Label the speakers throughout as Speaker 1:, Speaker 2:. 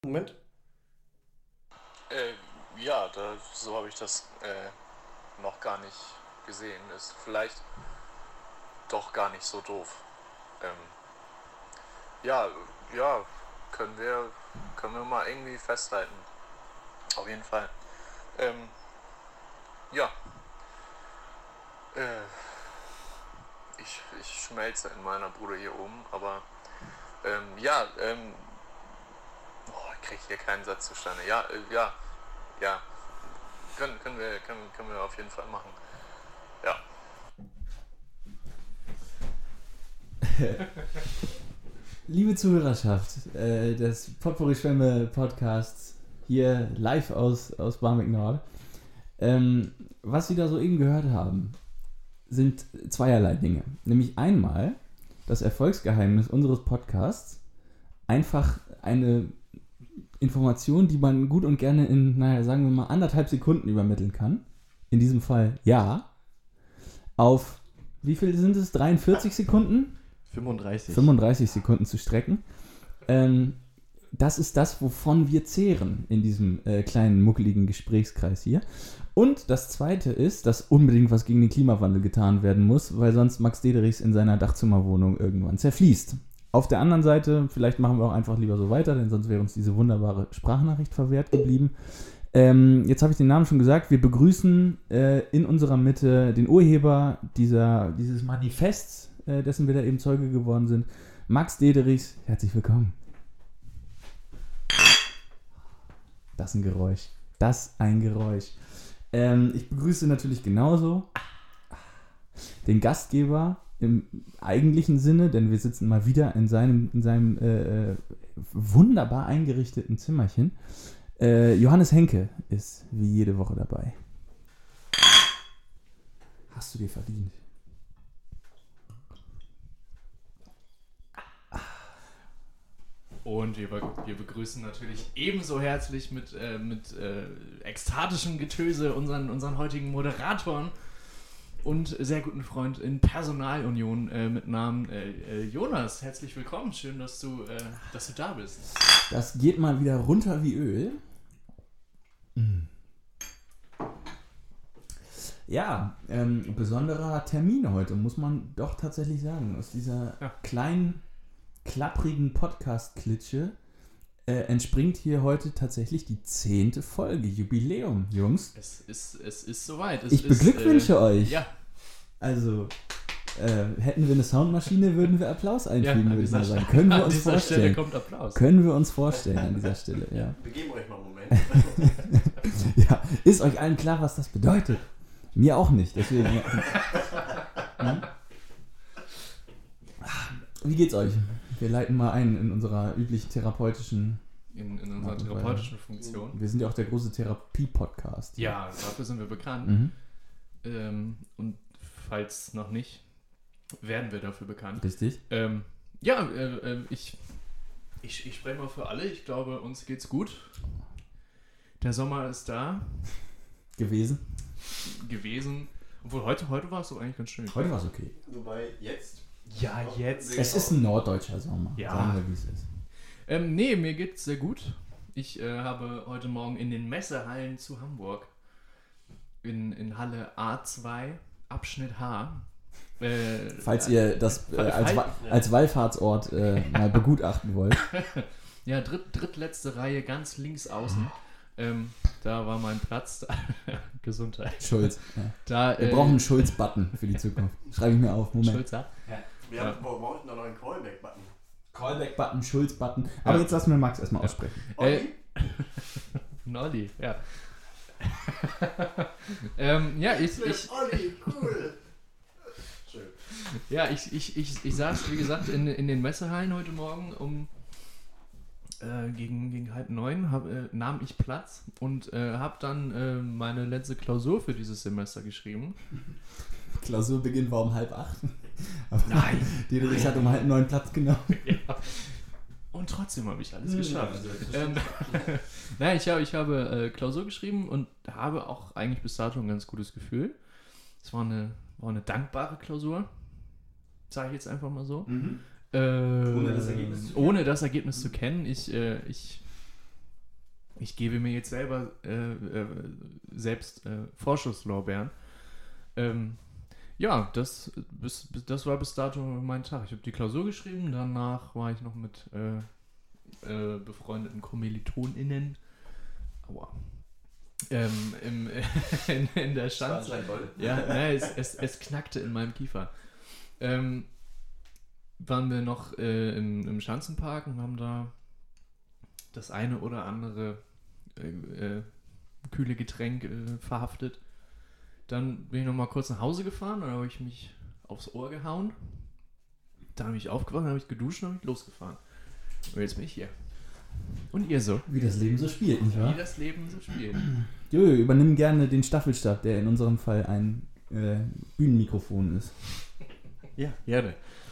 Speaker 1: Moment.
Speaker 2: So habe ich das noch gar nicht gesehen. Ist vielleicht doch gar nicht so doof. Können wir mal irgendwie festhalten. Auf jeden Fall. Ich schmelze in meiner Bude hier oben, aber ich kriege hier keinen Satz zustande. Können wir auf jeden Fall machen. Ja.
Speaker 3: Liebe Zuhörerschaft des Potpourri-Schwämme-Podcasts hier live aus Barmbek Nord. Was Sie da soeben gehört haben, sind zweierlei Dinge. Nämlich einmal das Erfolgsgeheimnis unseres Podcasts, einfach eine Information, die man gut und gerne in, sagen wir mal, 1,5 Sekunden übermitteln kann. In diesem Fall ja. Auf, wie viel sind es? 43 Sekunden? 35 Sekunden zu strecken. Das ist das, wovon wir zehren in diesem kleinen, muckeligen Gesprächskreis hier. Und das Zweite ist, dass unbedingt was gegen den Klimawandel getan werden muss, weil sonst Max Dederichs in seiner Dachzimmerwohnung irgendwann zerfließt. Auf der anderen Seite, vielleicht machen wir auch einfach lieber so weiter, denn sonst wäre uns diese wunderbare Sprachnachricht verwehrt geblieben. Jetzt habe ich den Namen schon gesagt. Wir begrüßen in unserer Mitte den Urheber dieses Manifests, dessen wir da eben Zeuge geworden sind, Max Dederichs. Herzlich willkommen. Das ist ein Geräusch. Ich begrüße natürlich genauso den Gastgeber im eigentlichen Sinne, denn wir sitzen mal wieder in seinem wunderbar eingerichteten Zimmerchen. Johannes Henke ist wie jede Woche dabei. Hast du dir verdient.
Speaker 4: Und wir begrüßen natürlich ebenso herzlich mit ekstatischem Getöse unseren heutigen Moderatoren und sehr guten Freund in Personalunion mit Namen Jonas. Herzlich willkommen, schön, dass du da bist.
Speaker 3: Das geht mal wieder runter wie Öl. Ja, besonderer Termin heute, muss man doch tatsächlich sagen. Aus dieser kleinen, klapprigen Podcast-Klitsche entspringt hier heute tatsächlich die 10. Folge. Jubiläum, Jungs.
Speaker 4: Es ist soweit.
Speaker 3: Ich beglückwünsche euch.
Speaker 4: Ja.
Speaker 3: Also, hätten wir eine Soundmaschine, würden wir Applaus einfügen, würde ich mal sagen. Können wir uns
Speaker 4: an dieser
Speaker 3: vorstellen.
Speaker 4: Stelle kommt Applaus.
Speaker 3: Können wir uns vorstellen an dieser Stelle, ja.
Speaker 1: Wir geben euch mal einen Moment.
Speaker 3: Ja, ist euch allen klar, was das bedeutet? Mir auch nicht, deswegen. Wie geht's euch? Wir leiten mal ein in unserer üblichen therapeutischen...
Speaker 4: In unserer therapeutischen Funktion.
Speaker 3: Wir sind ja auch der große Therapie-Podcast.
Speaker 4: Ja, dafür sind wir bekannt. Und falls noch nicht, werden wir dafür bekannt.
Speaker 3: Richtig.
Speaker 4: Ich spreche mal für alle. Ich glaube, uns geht's gut. Der Sommer ist da. Gewesen. Obwohl, heute war es so eigentlich ganz schön.
Speaker 3: Heute war es okay.
Speaker 1: Wobei, jetzt...
Speaker 4: Ja, jetzt.
Speaker 3: Es ist ein norddeutscher Sommer.
Speaker 4: Ja.
Speaker 3: Sagen wir, wie es ist.
Speaker 4: Nee, mir geht's sehr gut. Ich habe heute Morgen in den Messehallen zu Hamburg in Halle A2, Abschnitt H.
Speaker 3: Falls ihr das als Wallfahrtsort mal begutachten wollt.
Speaker 4: Ja, drittletzte Reihe, ganz links außen. Da war mein Platz. Gesundheit.
Speaker 3: Schulz. Ja. Wir brauchen einen Schulz-Button für die Zukunft. Schreibe ich mir auf. Moment.
Speaker 4: Schulz, ja?
Speaker 1: Wir brauchen da noch einen Callback-Button.
Speaker 3: Callback-Button, Schulz-Button. Aber jetzt lassen wir Max erstmal aussprechen.
Speaker 4: Nolli, ja.
Speaker 1: Olli, cool. Schön.
Speaker 4: Ja, ich saß, wie gesagt, in den Messehallen heute Morgen gegen 8:30 nahm ich Platz und habe dann meine letzte Klausur für dieses Semester geschrieben.
Speaker 3: Klausurbeginn war um 7:30.
Speaker 4: Nein.
Speaker 3: Dederichs hat um 8:30 Platz genommen.
Speaker 4: Ja. Und trotzdem habe ich alles geschafft. Nein, ich habe Klausur geschrieben und habe auch eigentlich bis dato ein ganz gutes Gefühl. Es war eine dankbare Klausur, sage ich jetzt einfach mal so.
Speaker 3: Ohne das Ergebnis zu kennen.
Speaker 4: Ohne das Ergebnis zu kennen. ich gebe mir jetzt selber selbst Vorschusslorbeeren. Ja, das war bis dato mein Tag. Ich habe die Klausur geschrieben, danach war ich noch mit befreundeten KommilitonInnen in der Schanze. Ja, es knackte in meinem Kiefer. Waren wir noch im Schanzenpark und haben da das eine oder andere kühle Getränk verhaftet. Dann bin ich noch mal kurz nach Hause gefahren, dann habe ich mich aufs Ohr gehauen. Dann habe ich aufgewacht, dann habe ich geduscht und habe ich losgefahren. Und jetzt bin ich hier. Und ihr so?
Speaker 3: Wie das Leben so spielt, nicht wahr?
Speaker 4: Wie das Leben so spielt.
Speaker 3: Jojo, übernimm gerne den Staffelstab, der in unserem Fall ein Bühnenmikrofon ist.
Speaker 1: Ja, gerne.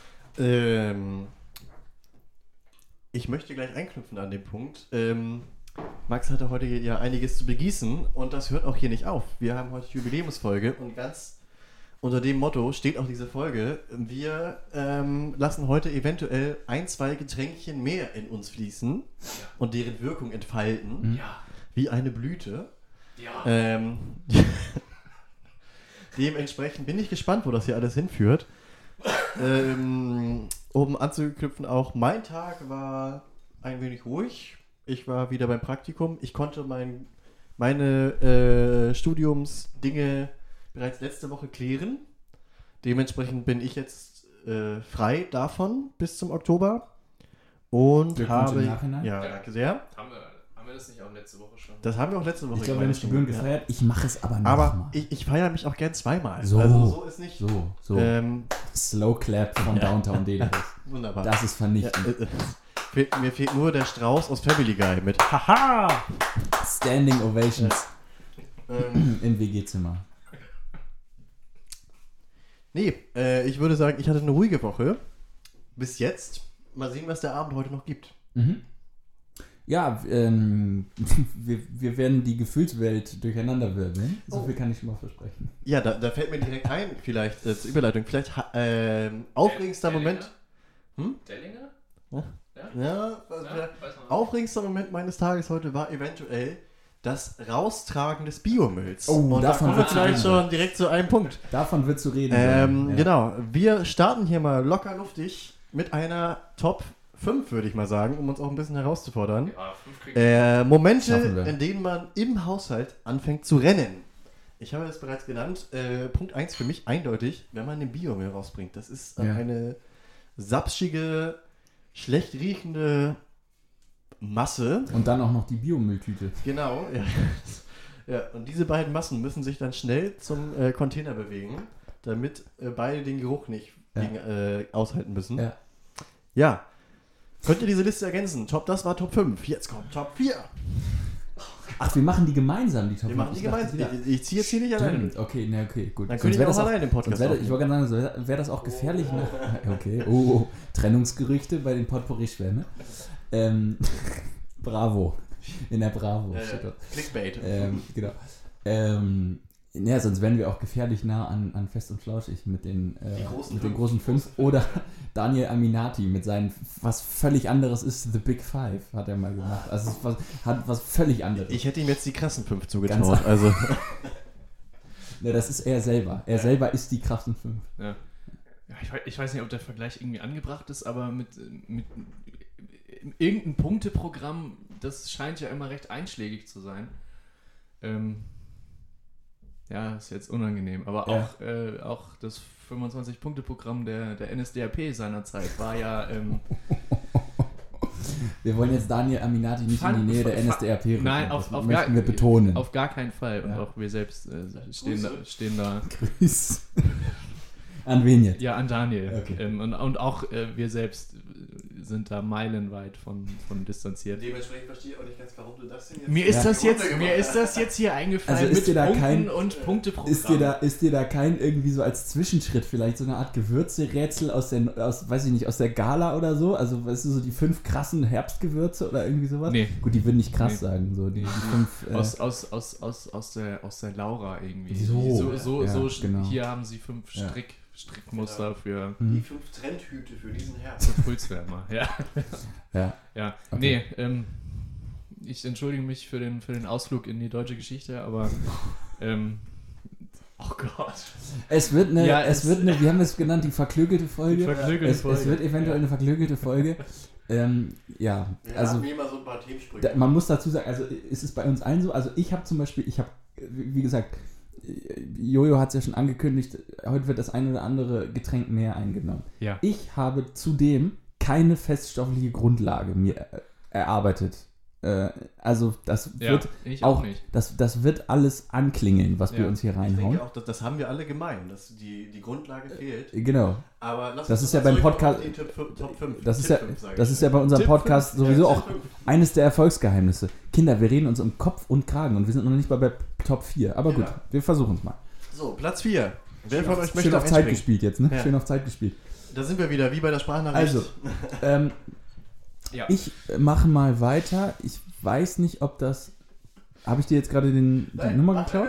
Speaker 1: Ich möchte gleich einknüpfen an den Punkt. Max hatte heute ja einiges zu begießen und das hört auch hier nicht auf. Wir haben heute Jubiläumsfolge und ganz unter dem Motto steht auch diese Folge. Wir lassen heute eventuell 1-2 Getränkchen mehr in uns fließen und deren Wirkung entfalten, wie eine Blüte. Ja. Dementsprechend bin ich gespannt, wo das hier alles hinführt. Um anzuknüpfen auch, mein Tag war ein wenig ruhig. Ich war wieder beim Praktikum. Ich konnte meine Studiumsdinge bereits letzte Woche klären. Dementsprechend bin ich jetzt frei davon bis zum Oktober. Und habe... Ja, danke sehr.
Speaker 4: Haben wir das nicht auch letzte Woche schon?
Speaker 1: Das haben wir auch letzte Woche.
Speaker 3: Ich glaube, wir haben Gebühren gefeiert. Ich mache es aber noch
Speaker 1: Aber
Speaker 3: mal.
Speaker 1: ich feiere mich auch gern zweimal.
Speaker 3: So.
Speaker 1: Also so ist nicht...
Speaker 3: So. Slow Clap von Downtown Deluxe.
Speaker 1: Wunderbar.
Speaker 3: Das ist vernichtend.
Speaker 1: Ja, mir fehlt nur der Strauß aus Family Guy mit Haha!
Speaker 3: Standing Ovations im WG-Zimmer.
Speaker 1: Nee, ich würde sagen, ich hatte eine ruhige Woche. Bis jetzt. Mal sehen, was der Abend heute noch gibt.
Speaker 3: Mhm. Ja, wir werden die Gefühlswelt durcheinander wirbeln. So viel kann ich schon mal versprechen.
Speaker 1: Ja, da fällt mir direkt ein, vielleicht zur Überleitung. Vielleicht aufregendster Moment.
Speaker 4: Dellinger?
Speaker 1: Ja, aufregendster Moment meines Tages heute war eventuell das Raustragen des Biomülls.
Speaker 3: Oh,
Speaker 1: und davon wird vielleicht schon direkt zu einem Punkt.
Speaker 3: Davon wird zu reden sein.
Speaker 1: Genau, wir starten hier mal locker luftig mit einer Top 5, würde ich mal sagen, um uns auch ein bisschen herauszufordern.
Speaker 4: Ja, 5
Speaker 1: Momente, in denen man im Haushalt anfängt zu rennen. Ich habe es bereits genannt. Punkt 1 für mich eindeutig, wenn man den Biomüll rausbringt. Das ist eine sapschige, schlecht riechende Masse.
Speaker 3: Und dann auch noch die Biomülltüte.
Speaker 1: Genau, ja. Ja, und diese beiden Massen müssen sich dann schnell zum Container bewegen, damit beide den Geruch nicht aushalten müssen. Ja. Könnt ihr diese Liste ergänzen? Das war Top 5. Jetzt kommt Top 4.
Speaker 3: Ach, wir machen die gemeinsam, die Top 5.
Speaker 1: Wir machen die gemeinsam. Ich ziehe jetzt hier nicht alleine.
Speaker 3: Okay, gut.
Speaker 1: Dann könnt ihr auch alleine den Podcast
Speaker 3: machen. Ich wollte gerade sagen, wäre das auch gefährlich. Okay, Trennungsgerüchte bei den Potpourri-Schwämme. Bravo. In der Bravo.
Speaker 1: Clickbait.
Speaker 3: Genau. Sonst wären wir auch gefährlich nah an Fest und Flauschig mit den großen 5. Oder Daniel Aminati mit seinen, was völlig anderes ist, The Big Five, hat er mal gemacht. Also hat was völlig anderes.
Speaker 1: Ich hätte ihm jetzt die krassen 5 zugetraut. Also.
Speaker 3: Ne, das ist er selber. Er selber ist die krassen 5.
Speaker 4: Ja. Ich weiß nicht, ob der Vergleich irgendwie angebracht ist, aber mit irgendeinem Punkteprogramm, das scheint ja immer recht einschlägig zu sein. Ja, ist jetzt unangenehm, aber auch das 25-Punkte-Programm der NSDAP seinerzeit war ja...
Speaker 3: Wir wollen jetzt Daniel Aminati nicht in die Nähe der NSDAP rücken.
Speaker 4: Nein,
Speaker 3: möchten wir betonen.
Speaker 4: Auf gar keinen Fall. Und auch wir selbst stehen da.
Speaker 3: Grüß. An wen jetzt?
Speaker 4: Ja, an Daniel.
Speaker 3: Okay.
Speaker 4: Und auch wir selbst sind da meilenweit von distanziert.
Speaker 1: Dementsprechend verstehe ich auch nicht ganz, warum du das denn jetzt...
Speaker 4: Mir ist das jetzt hier eingefallen,
Speaker 3: also ist
Speaker 4: mit
Speaker 3: dir da
Speaker 4: Punkten und Punkteprogramm.
Speaker 3: Ist dir da kein irgendwie so als Zwischenschritt vielleicht so eine Art Gewürze-Rätsel aus der Gala oder so? Also weißt du, so die 5 krassen Herbstgewürze oder irgendwie sowas?
Speaker 4: Nee.
Speaker 3: Gut, die würden nicht krass sagen. So die 5...
Speaker 4: Aus der Laura irgendwie.
Speaker 3: Genau.
Speaker 4: Hier haben sie 5 Strickmuster für...
Speaker 1: Die 5 Trendhüte für diesen Herbst.
Speaker 4: Pulswärmer, ja.
Speaker 3: Okay.
Speaker 4: Nee, ich entschuldige mich für den Ausflug in die deutsche Geschichte, aber oh Gott.
Speaker 3: Es wird eine, wir haben es genannt, die verklügelte Folge. Es wird eventuell eine verklügelte Folge.
Speaker 1: Wir
Speaker 3: also
Speaker 1: haben immer so ein paar Themensprüche.
Speaker 3: man muss dazu sagen, also ist es bei uns allen so, also ich habe zum Beispiel, wie gesagt, Jojo hat es ja schon angekündigt, heute wird das ein oder andere Getränk mehr eingenommen.
Speaker 4: Ja.
Speaker 3: Ich habe zudem keine feststoffliche Grundlage mir erarbeitet. Also das wird
Speaker 4: ich auch nicht.
Speaker 3: Das wird alles anklingeln, was wir uns hier
Speaker 1: Ich
Speaker 3: reinhauen.
Speaker 1: denke auch, das haben wir alle gemein, dass die Grundlage fehlt.
Speaker 3: Genau.
Speaker 1: Aber
Speaker 3: Das ist ja beim Podcast.
Speaker 1: Top 5.
Speaker 3: Das ist ja bei unserem Podcast sowieso auch eines der Erfolgsgeheimnisse. Kinder, wir reden uns um Kopf und Kragen und wir sind noch nicht mal bei Top 4. Aber gut, wir versuchen es mal.
Speaker 1: So, Platz 4. Wer von euch möchte
Speaker 3: schön auf Zeit
Speaker 1: einspringen?
Speaker 3: gespielt jetzt, ne?
Speaker 1: Ja.
Speaker 3: Schön auf Zeit gespielt.
Speaker 1: Da sind wir wieder, wie bei der Sprachnachricht.
Speaker 3: Also, ich mache mal weiter. Ich weiß nicht, ob das... Habe ich dir jetzt gerade die Nummer geklaut?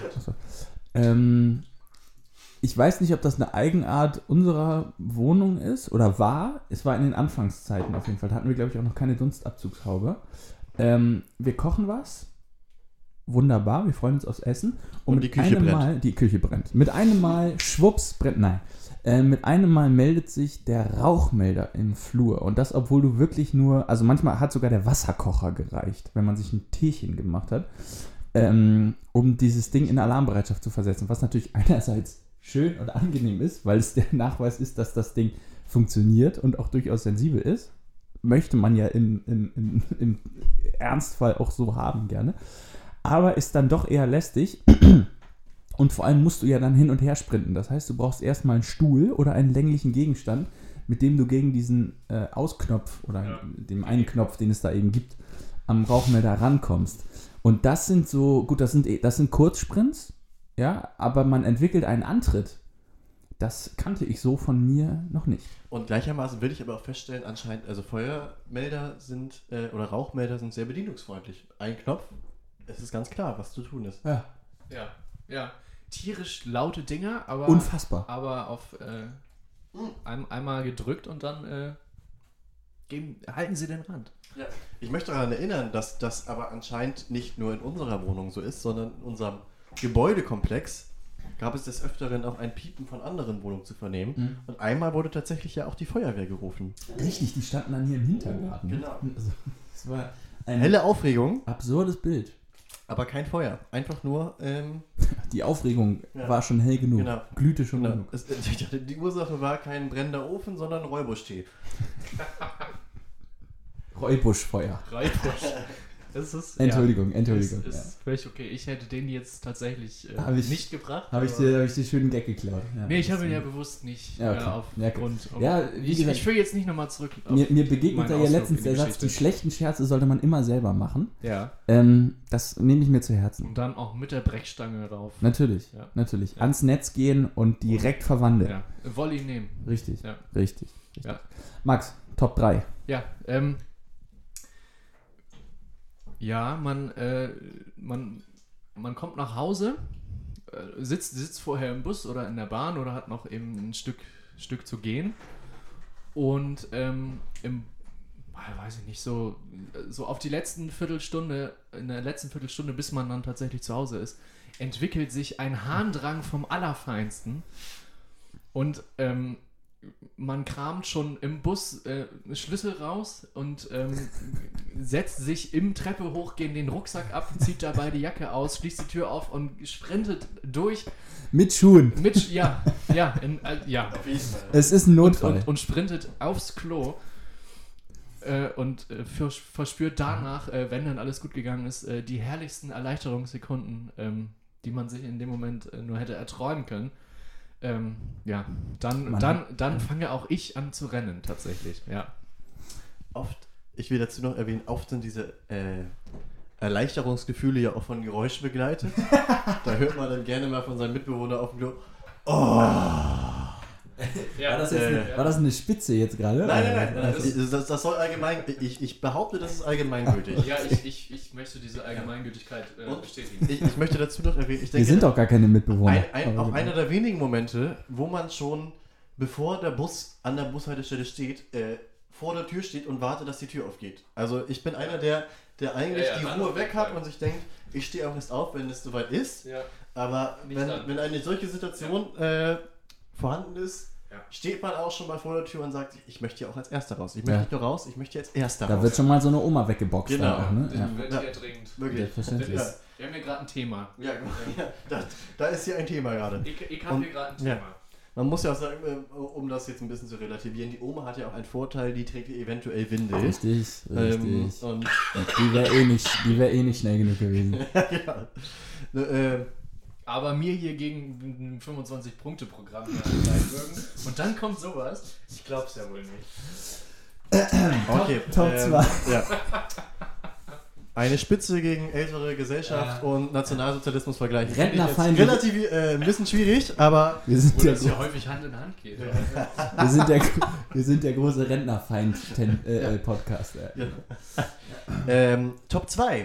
Speaker 1: Nein.
Speaker 3: Ich weiß nicht, ob das eine Eigenart unserer Wohnung ist oder war. Es war in den Anfangszeiten auf jeden Fall. Da hatten wir, glaube ich, auch noch keine Dunstabzugshaube. Wir kochen was. Wunderbar, wir freuen uns aufs Essen.
Speaker 1: Und die Küche brennt.
Speaker 3: Die Küche brennt. Mit einem Mal, schwupps, brennt. Nein. Mit einem Mal meldet sich der Rauchmelder im Flur. Und das, obwohl du wirklich nur... Also manchmal hat sogar der Wasserkocher gereicht, wenn man sich ein Teechen gemacht hat, um dieses Ding in Alarmbereitschaft zu versetzen. Was natürlich einerseits schön und angenehm ist, weil es der Nachweis ist, dass das Ding funktioniert und auch durchaus sensibel ist. Möchte man ja im Ernstfall auch so haben gerne. Aber ist dann doch eher lästig. Und vor allem musst du ja dann hin und her sprinten. Das heißt, du brauchst erstmal einen Stuhl oder einen länglichen Gegenstand, mit dem du gegen diesen Ausknopf oder dem einen Knopf, den es da eben gibt, am Rauchmelder rankommst. Und das sind so, gut, das sind Kurzsprints, ja, aber man entwickelt einen Antritt. Das kannte ich so von mir noch nicht.
Speaker 1: Und gleichermaßen will ich aber auch feststellen, anscheinend, also Feuermelder sind, oder Rauchmelder sind sehr bedienungsfreundlich. Ein Knopf, es ist ganz klar, was zu tun ist.
Speaker 4: Ja. Tierisch laute Dinger, aber...
Speaker 3: Unfassbar.
Speaker 4: Aber auf einmal gedrückt und dann halten sie den Rand.
Speaker 1: Ja. Ich möchte daran erinnern, dass das aber anscheinend nicht nur in unserer Wohnung so ist, sondern in unserem Gebäudekomplex gab es des Öfteren auch ein Piepen von anderen Wohnungen zu vernehmen. Mhm. Und einmal wurde tatsächlich ja auch die Feuerwehr gerufen.
Speaker 3: Richtig, die standen dann hier im Hintergarten.
Speaker 1: Genau.
Speaker 3: Also, das war ein
Speaker 1: helle Aufregung.
Speaker 3: Absurdes Bild.
Speaker 1: Aber kein Feuer. Einfach nur...
Speaker 3: die Aufregung war schon hell genug.
Speaker 1: Genau.
Speaker 3: Glühte schon genug.
Speaker 1: Die Ursache war kein brennender Ofen, sondern Räubusch-Tee.
Speaker 3: Räubuschfeuer. Entschuldigung.
Speaker 4: Ist völlig okay. Ich hätte den jetzt tatsächlich nicht gebracht.
Speaker 3: Habe ich dir schönen Gag geklaut. Ja,
Speaker 4: nee, ich habe ihn ja bewusst nicht aufgrund. Ich will jetzt nicht nochmal zurück.
Speaker 3: Mir begegnet da ja letztens der Satz, die schlechten Scherze sollte man immer selber machen.
Speaker 4: Ja.
Speaker 3: Das nehme ich mir zu Herzen.
Speaker 4: Und dann auch mit der Brechstange drauf.
Speaker 3: Natürlich. Ja. Ans Netz gehen und direkt verwandeln.
Speaker 4: Ja. Volley nehmen.
Speaker 3: Richtig.
Speaker 4: Ja.
Speaker 3: Richtig.
Speaker 4: Ja.
Speaker 3: Max, Top 3.
Speaker 4: Ja, man kommt nach Hause, sitzt vorher im Bus oder in der Bahn oder hat noch eben ein Stück zu gehen und weiß ich nicht, so auf die in der letzten Viertelstunde, bis man dann tatsächlich zu Hause ist, entwickelt sich ein Harndrang vom Allerfeinsten und man kramt schon im Bus Schlüssel raus und setzt sich im Treppe hochgehen den Rucksack ab, zieht dabei die Jacke aus, schließt die Tür auf und sprintet durch.
Speaker 3: Mit Schuhen.
Speaker 4: Ja.
Speaker 3: Es ist ein Notfall.
Speaker 4: Und sprintet aufs Klo und verspürt danach, wenn dann alles gut gegangen ist, die herrlichsten Erleichterungssekunden, die man sich in dem Moment nur hätte erträumen können. Dann fange auch ich an zu rennen, tatsächlich, ja.
Speaker 1: Oft, ich will dazu noch erwähnen, oft sind diese Erleichterungsgefühle ja auch von Geräusch begleitet. Da hört man dann gerne mal von seinem Mitbewohner auf dem Klo,
Speaker 3: Ja, war das eine Spitze jetzt gerade?
Speaker 1: Nein. Das soll allgemein, ich behaupte, das ist allgemeingültig.
Speaker 4: Ja, ich möchte diese Allgemeingültigkeit bestätigen.
Speaker 1: Ich möchte dazu noch erwähnen, ich denke,
Speaker 3: wir sind doch gar keine Mitbewohner.
Speaker 1: Auch einer der wenigen Momente, wo man schon, bevor der Bus an der Bushaltestelle steht, vor der Tür steht und wartet, dass die Tür aufgeht. Also ich bin einer, der der eigentlich
Speaker 2: Ja,
Speaker 1: die
Speaker 2: dann
Speaker 1: Ruhe
Speaker 2: auf
Speaker 1: weg
Speaker 2: jeden
Speaker 1: hat
Speaker 2: Fall.
Speaker 1: und sich denkt, ich stehe auch erst auf, wenn es soweit ist.
Speaker 2: Ja.
Speaker 1: Aber
Speaker 2: Nicht
Speaker 1: wenn,
Speaker 2: dann.
Speaker 1: wenn eine solche Situation vorhanden ist,
Speaker 2: Ja.
Speaker 1: steht man auch schon mal vor der Tür und sagt, ich möchte hier auch als Erster raus. Ich möchte
Speaker 3: Ja.
Speaker 1: nicht nur raus, ich möchte jetzt Erster
Speaker 3: Da
Speaker 1: raus.
Speaker 3: wird schon mal so eine Oma weggeboxt.
Speaker 1: Genau.
Speaker 3: Auch, ne?
Speaker 2: Den wird
Speaker 1: Ja.
Speaker 2: hier dringend.
Speaker 1: Wirklich.
Speaker 3: Selbstverständlich.
Speaker 1: Ja.
Speaker 4: Wir haben hier gerade ein Thema.
Speaker 1: Ja, da ist hier ein Thema gerade.
Speaker 4: Ich habe
Speaker 1: Und-
Speaker 4: hier gerade ein
Speaker 1: ja.
Speaker 4: Thema.
Speaker 1: Man muss ja auch sagen, um das jetzt ein bisschen zu relativieren, die Oma hat ja auch einen Vorteil, die trägt eventuell Windel.
Speaker 3: Richtig, richtig.
Speaker 1: Und
Speaker 3: Die wäre eh nicht schnell genug gewesen.
Speaker 1: ja.
Speaker 4: Aber mir hier gegen ein 25-Punkte-Programm hier anzeigen würden. Und dann kommt sowas. Ich glaub's ja wohl nicht.
Speaker 1: Okay.
Speaker 3: Top 2.
Speaker 1: Ja. Eine Spitze gegen ältere Gesellschaft und Nationalsozialismus vergleichen. Finde ich jetzt
Speaker 3: Rentnerfeindliche-
Speaker 1: relativ ein bisschen schwierig, aber
Speaker 3: Wir sind,
Speaker 4: Wo
Speaker 3: der,
Speaker 4: das ja häufig Hand in Hand geht.
Speaker 3: wir sind der große Rentnerfeind-Podcast.
Speaker 1: Top 2.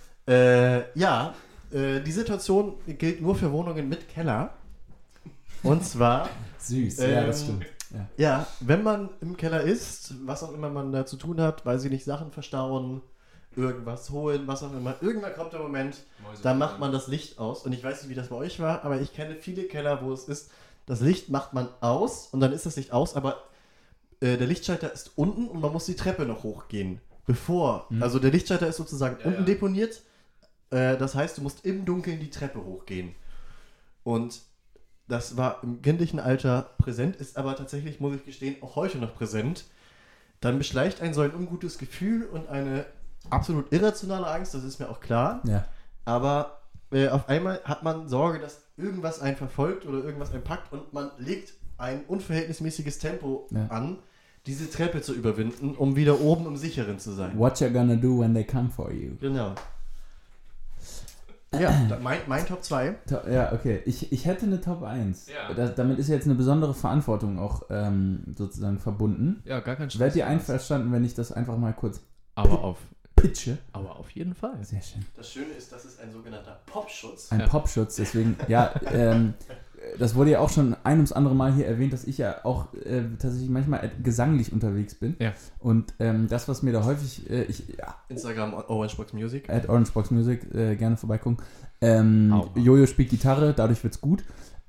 Speaker 1: Die Situation gilt nur für Wohnungen mit Keller. Und zwar,
Speaker 3: Süß, ja, das stimmt. Ja.
Speaker 1: wenn man im Keller ist, was auch immer man da zu tun hat, weiß ich nicht, Sachen verstauen, irgendwas holen, was auch immer. Irgendwann kommt der Moment, da macht man das Licht aus. Und ich weiß nicht, wie das bei euch war, aber ich kenne viele Keller, wo es ist, das Licht macht man aus und dann ist das Licht aus, aber der Lichtschalter ist unten und man muss die Treppe noch hochgehen. Also der Lichtschalter ist sozusagen unten deponiert. Das heißt, du musst im Dunkeln die Treppe hochgehen. Und das war im kindlichen Alter präsent, ist aber tatsächlich, muss ich gestehen, auch heute noch präsent. Dann beschleicht einen so ein ungutes Gefühl und eine absolut irrationale Angst, das ist mir auch klar.
Speaker 3: Ja.
Speaker 1: Aber auf einmal hat man Sorge, dass irgendwas einen verfolgt oder irgendwas einen packt und man legt ein unverhältnismäßiges Tempo an, diese Treppe zu überwinden, um wieder oben im Sicheren zu sein.
Speaker 3: What you're gonna do when they come for you.
Speaker 1: Genau. Ja, mein Top 2.
Speaker 3: Ja, okay. Ich hätte eine Top 1.
Speaker 4: Ja.
Speaker 3: Damit ist jetzt eine besondere Verantwortung auch sozusagen verbunden.
Speaker 4: Ja, gar kein Stress.
Speaker 3: Werdet ihr einverstanden, wenn ich das einfach mal kurz
Speaker 4: Aber auf jeden Fall.
Speaker 3: Sehr schön.
Speaker 1: Das Schöne ist, das ist ein sogenannter Popschutz.
Speaker 3: Ein Popschutz, deswegen, das wurde ja auch schon ein ums andere Mal hier erwähnt, dass ich ja auch tatsächlich manchmal gesanglich unterwegs bin.
Speaker 4: Ja.
Speaker 3: Und das, was mir da häufig,
Speaker 1: Instagram Orangebox Music.
Speaker 3: at Orangebox Music, gerne vorbeigucken.
Speaker 4: Auch.
Speaker 3: Jojo spielt Gitarre, dadurch wird's gut.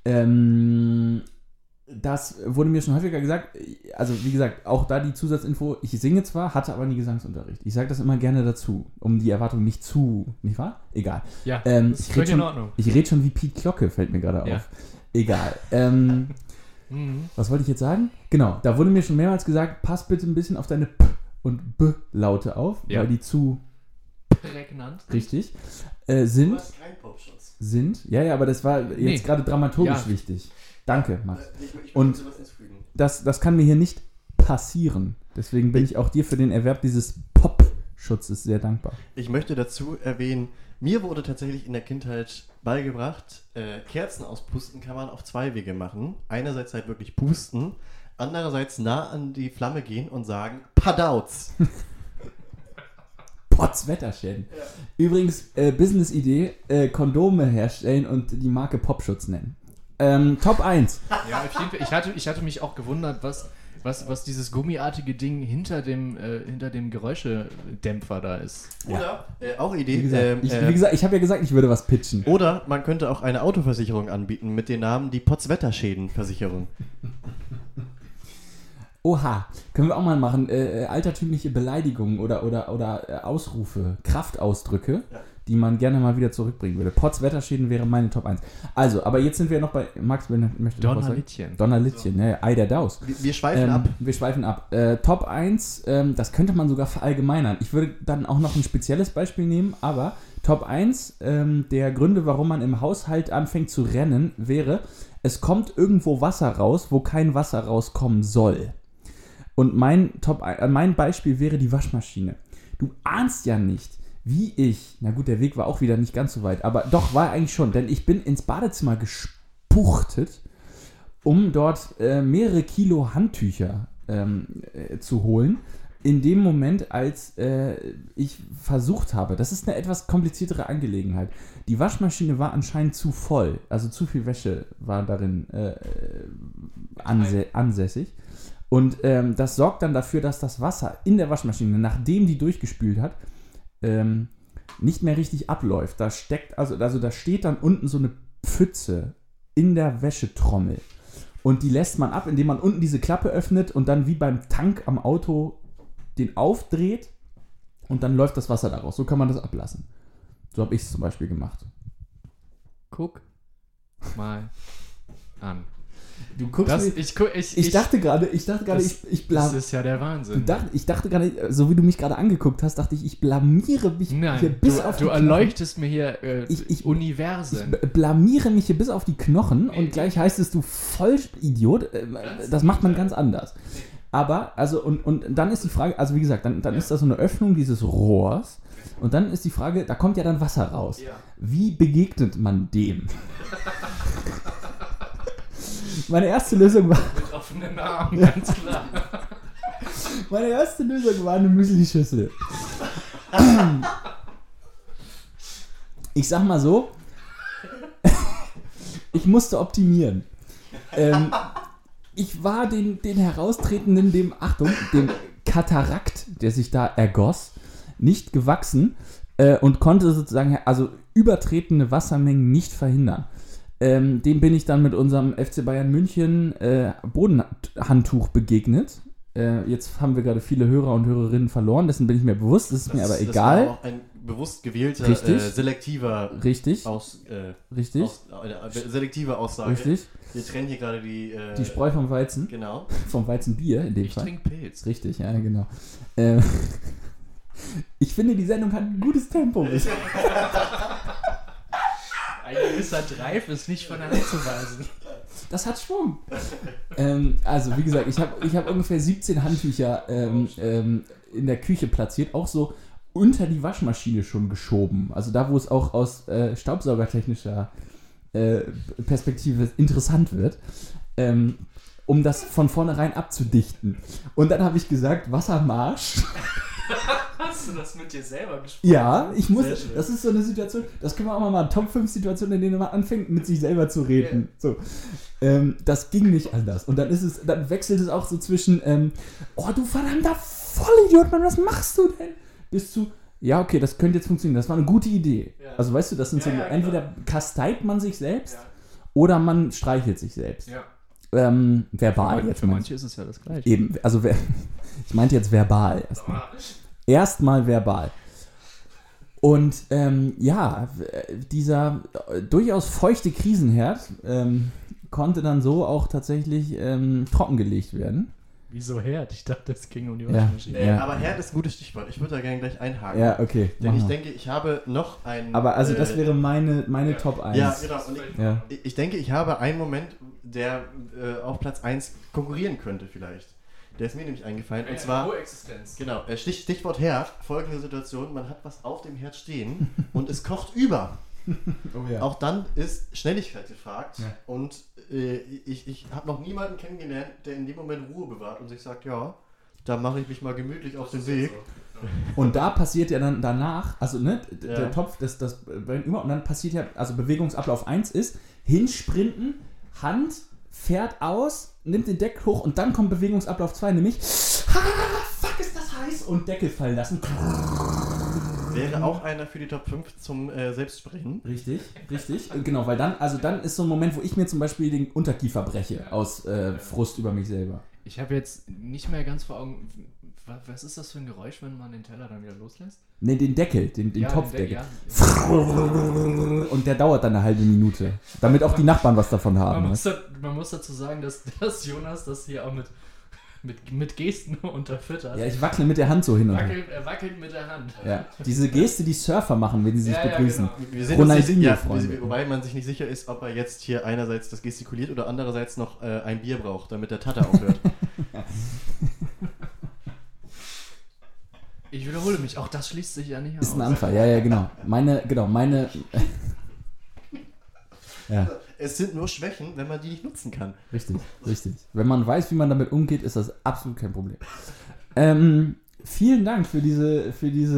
Speaker 3: Das wurde mir schon häufiger gesagt. Also wie gesagt, auch da die Zusatzinfo, ich singe zwar, hatte aber nie Gesangsunterricht. Ich sage das immer gerne dazu, um die Erwartung nicht wahr? Egal.
Speaker 4: Ja,
Speaker 3: das
Speaker 4: ist völlig in Ordnung.
Speaker 3: Ich rede schon wie Piet Glocke, fällt mir gerade
Speaker 4: Ja.
Speaker 3: auf. Egal. Was wollte ich jetzt sagen? Genau, da wurde mir schon mehrmals gesagt, pass bitte ein bisschen auf deine P und B-Laute auf,
Speaker 4: Ja.
Speaker 3: weil die zu
Speaker 4: Prägnant.
Speaker 3: richtig
Speaker 1: Du
Speaker 3: sind.
Speaker 1: hast keinen Popschutz.
Speaker 3: Ja, aber das war jetzt
Speaker 4: Nee.
Speaker 3: gerade dramaturgisch
Speaker 4: Ja.
Speaker 3: wichtig. Danke, Max.
Speaker 1: Ich
Speaker 3: Und-
Speaker 1: möchte was hinzufügen.
Speaker 3: Das kann mir hier nicht passieren. Deswegen bin ich auch dir für den Erwerb dieses Pop-Schutzes sehr dankbar.
Speaker 1: Ich möchte dazu erwähnen, mir wurde tatsächlich in der Kindheit beigebracht, Kerzen auspusten kann man auf 2 Wege machen. Einerseits halt wirklich pusten, andererseits nah an die Flamme gehen und sagen, Padauz.
Speaker 3: Potzwetterschäden. Übrigens, Business-Idee, Kondome herstellen und die Marke Popschutz nennen. Top 1.
Speaker 4: Ja, auf jeden Fall. Ich hatte mich auch gewundert, was dieses gummiartige Ding hinter dem Geräuschedämpfer da ist.
Speaker 1: Oder, auch Idee,
Speaker 3: Wie gesagt, ich habe ja gesagt, ich würde was pitchen.
Speaker 1: oder man könnte auch eine Autoversicherung anbieten mit dem Namen die Potzwetterschädenversicherung.
Speaker 3: Oha, können wir auch mal machen. Altertümliche Beleidigungen oder Ausrufe, Kraftausdrücke, die man gerne mal wieder zurückbringen würde. Potzwetterschäden wäre meine Top 1. Also, aber jetzt sind wir noch bei Max, möchte noch was sagen?
Speaker 4: Donnerlittchen.
Speaker 3: Donnerlittchen, ja, Ei der Daus.
Speaker 1: Wir schweifen ab.
Speaker 3: Wir schweifen ab. Top 1, das könnte man sogar verallgemeinern. Ich würde dann auch noch ein spezielles Beispiel nehmen, aber Top 1 der Gründe, warum man im Haushalt anfängt zu rennen, wäre, es kommt irgendwo Wasser raus, wo kein Wasser rauskommen soll. Und mein Beispiel wäre die Waschmaschine. Du ahnst ja nicht, wie ich, na gut, der Weg war auch wieder nicht ganz so weit, aber doch, war eigentlich schon, denn ich bin ins Badezimmer gespuchtet, um dort mehrere Kilo Handtücher zu holen. In dem Moment, als ich versucht habe, das ist eine etwas kompliziertere Angelegenheit. Die Waschmaschine war anscheinend zu voll, also zu viel Wäsche war darin ansässig. Und das sorgt dann dafür, dass das Wasser in der Waschmaschine, nachdem die durchgespült hat, nicht mehr richtig abläuft. Da steht dann unten so eine Pfütze in der Wäschetrommel. Und die lässt man ab, indem man unten diese Klappe öffnet und dann wie beim Tank am Auto den aufdreht und dann läuft das Wasser daraus. So kann man das ablassen. So habe ich es zum Beispiel gemacht.
Speaker 4: Guck mal an.
Speaker 3: Du guckst
Speaker 4: Das,
Speaker 3: mir, ich dachte gerade, ich
Speaker 4: das ist ja der Wahnsinn.
Speaker 3: Ich dachte gerade, so wie du mich gerade angeguckt hast, dachte ich blamiere mich hier
Speaker 4: Nein,
Speaker 3: bis auf die
Speaker 4: du
Speaker 3: Knochen.
Speaker 4: erleuchtest mir hier
Speaker 3: Ich
Speaker 4: Universen.
Speaker 3: blamiere mich hier bis auf die Knochen und gleich heißt es, du Vollidiot. Das macht man ganz anders. Aber, also, und dann ist die Frage, also wie gesagt, dann ist da so eine Öffnung dieses Rohrs und dann ist die Frage, da kommt ja dann Wasser raus.
Speaker 4: Ja.
Speaker 3: Wie begegnet man dem? Meine erste Lösung war...
Speaker 4: Mit offenen Armen, ganz klar.
Speaker 3: Meine erste Lösung war eine Müsli-Schüssel. Ich sag mal so, ich musste optimieren. Ich war den Heraustretenden, dem Katarakt, der sich da ergoss, nicht gewachsen und konnte sozusagen also übertretende Wassermengen nicht verhindern. Dem bin ich dann mit unserem FC Bayern München Bodenhandtuch begegnet. Jetzt haben wir gerade viele Hörer und Hörerinnen verloren, dessen bin ich mir bewusst, das ist mir aber egal.
Speaker 1: Das war auch ein bewusst gewählter, selektiver
Speaker 3: Richtig.
Speaker 1: selektive Aussage.
Speaker 3: Richtig.
Speaker 1: Wir trennen hier gerade die
Speaker 3: Spreu vom Weizen.
Speaker 1: Genau.
Speaker 3: Vom Weizenbier in dem
Speaker 4: Ich
Speaker 3: Fall.
Speaker 4: trinke Pilz.
Speaker 3: Richtig, ja, genau. Ich finde, die Sendung hat ein gutes Tempo.
Speaker 4: Ein gewisser Drive ist nicht von der Hand zu weisen.
Speaker 3: Das hat Schwung. Also, wie gesagt, ich hab ungefähr 17 Handtücher in der Küche platziert, auch so unter die Waschmaschine schon geschoben. Also da, wo es auch aus staubsaugertechnischer Perspektive interessant wird, um das von vornherein abzudichten. Und dann habe ich gesagt, Wassermarsch.
Speaker 4: Hast du das mit dir selber gesprochen?
Speaker 3: Ja, ich muss.
Speaker 4: Sehr schön.
Speaker 3: Das ist so eine Situation, das können wir auch mal machen. Top 5 Situationen, in denen man anfängt, mit sich selber zu reden. So. Das ging nicht anders. Und dann wechselt es auch so zwischen, oh du verdammter Vollidiot, Mann, was machst du denn? Bis zu, ja, okay, das könnte jetzt funktionieren. Das war eine gute Idee. Ja. Also weißt du, das sind so, entweder kasteit man sich selbst oder man streichelt sich selbst.
Speaker 4: Ja.
Speaker 3: Verbal jetzt.
Speaker 4: Für manche ist es ja das Gleiche.
Speaker 3: Eben, also ich meinte jetzt verbal erstmal. Erstmal verbal. Und dieser durchaus feuchte Krisenherd konnte dann so auch tatsächlich trockengelegt werden.
Speaker 4: Wieso Herd? Ich dachte, es ging um die
Speaker 3: Ja.
Speaker 4: Waschmaschine.
Speaker 3: Ja.
Speaker 1: Aber Herd ist ein gutes Stichwort. Ich würde da gerne gleich einhaken.
Speaker 3: Ja, okay.
Speaker 1: Denn
Speaker 3: mach
Speaker 1: ich
Speaker 3: mal.
Speaker 1: denke, ich habe noch einen...
Speaker 3: Aber also das wäre meine Top 1.
Speaker 1: Ja, genau. Und
Speaker 3: Ja.
Speaker 1: ich denke, ich habe einen Moment, der auf Platz 1 konkurrieren könnte vielleicht. Der ist mir nämlich eingefallen. Und zwar...
Speaker 4: Koexistenz.
Speaker 1: Genau, Stichwort Herd. Folgende Situation, man hat was auf dem Herd stehen und es kocht über.
Speaker 3: Oh ja.
Speaker 1: Auch dann ist Schnelligkeit gefragt.
Speaker 3: Ja.
Speaker 1: Und ich habe noch niemanden kennengelernt, der in dem Moment Ruhe bewahrt und sich sagt, ja, da mache ich mich mal gemütlich auf den Weg.
Speaker 3: Und da passiert ja dann danach, also ne,
Speaker 1: Ja.
Speaker 3: der Topf, das brennt immer und dann passiert ja, also Bewegungsablauf 1 ist, hinsprinten, Hand fährt aus, nimmt den Deckel hoch und dann kommt Bewegungsablauf 2, nämlich fuck, ist das heiß und Deckel fallen lassen.
Speaker 1: Wäre auch einer für die Top 5 zum Selbstsprechen.
Speaker 3: Richtig. Genau, weil dann ist so ein Moment, wo ich mir zum Beispiel den Unterkiefer breche aus Frust über mich selber.
Speaker 4: Ich habe jetzt nicht mehr ganz vor Augen, was ist das für ein Geräusch, wenn man den Teller dann wieder loslässt?
Speaker 3: Ne, den Deckel, den
Speaker 4: Ja,
Speaker 3: Topfdeckel.
Speaker 4: ja.
Speaker 3: Und der dauert dann eine halbe Minute, damit auch die Nachbarn was davon haben.
Speaker 4: Man muss dazu sagen, dass Jonas das hier auch mit Gesten unterfüttert.
Speaker 3: Ja, ich wackle mit der Hand so hin und her.
Speaker 4: Er wackelt mit der Hand.
Speaker 3: Ja, diese Geste, die Surfer machen, wenn sie sich begrüßen.
Speaker 4: Genau.
Speaker 1: Wir sind uns nicht,
Speaker 3: Ronaldinho-Freunde.
Speaker 1: wobei man sich nicht sicher ist, ob er jetzt hier einerseits das gestikuliert oder andererseits noch ein Bier braucht, damit der Tatter aufhört.
Speaker 4: Ich wiederhole mich, auch das schließt sich ja nicht aus.
Speaker 3: Ist ein Anfall, ja, genau. Meine. Ja,
Speaker 1: Es sind nur Schwächen, wenn man die nicht nutzen kann.
Speaker 3: richtig. Wenn man weiß, wie man damit umgeht, ist das absolut kein Problem. Vielen Dank für diese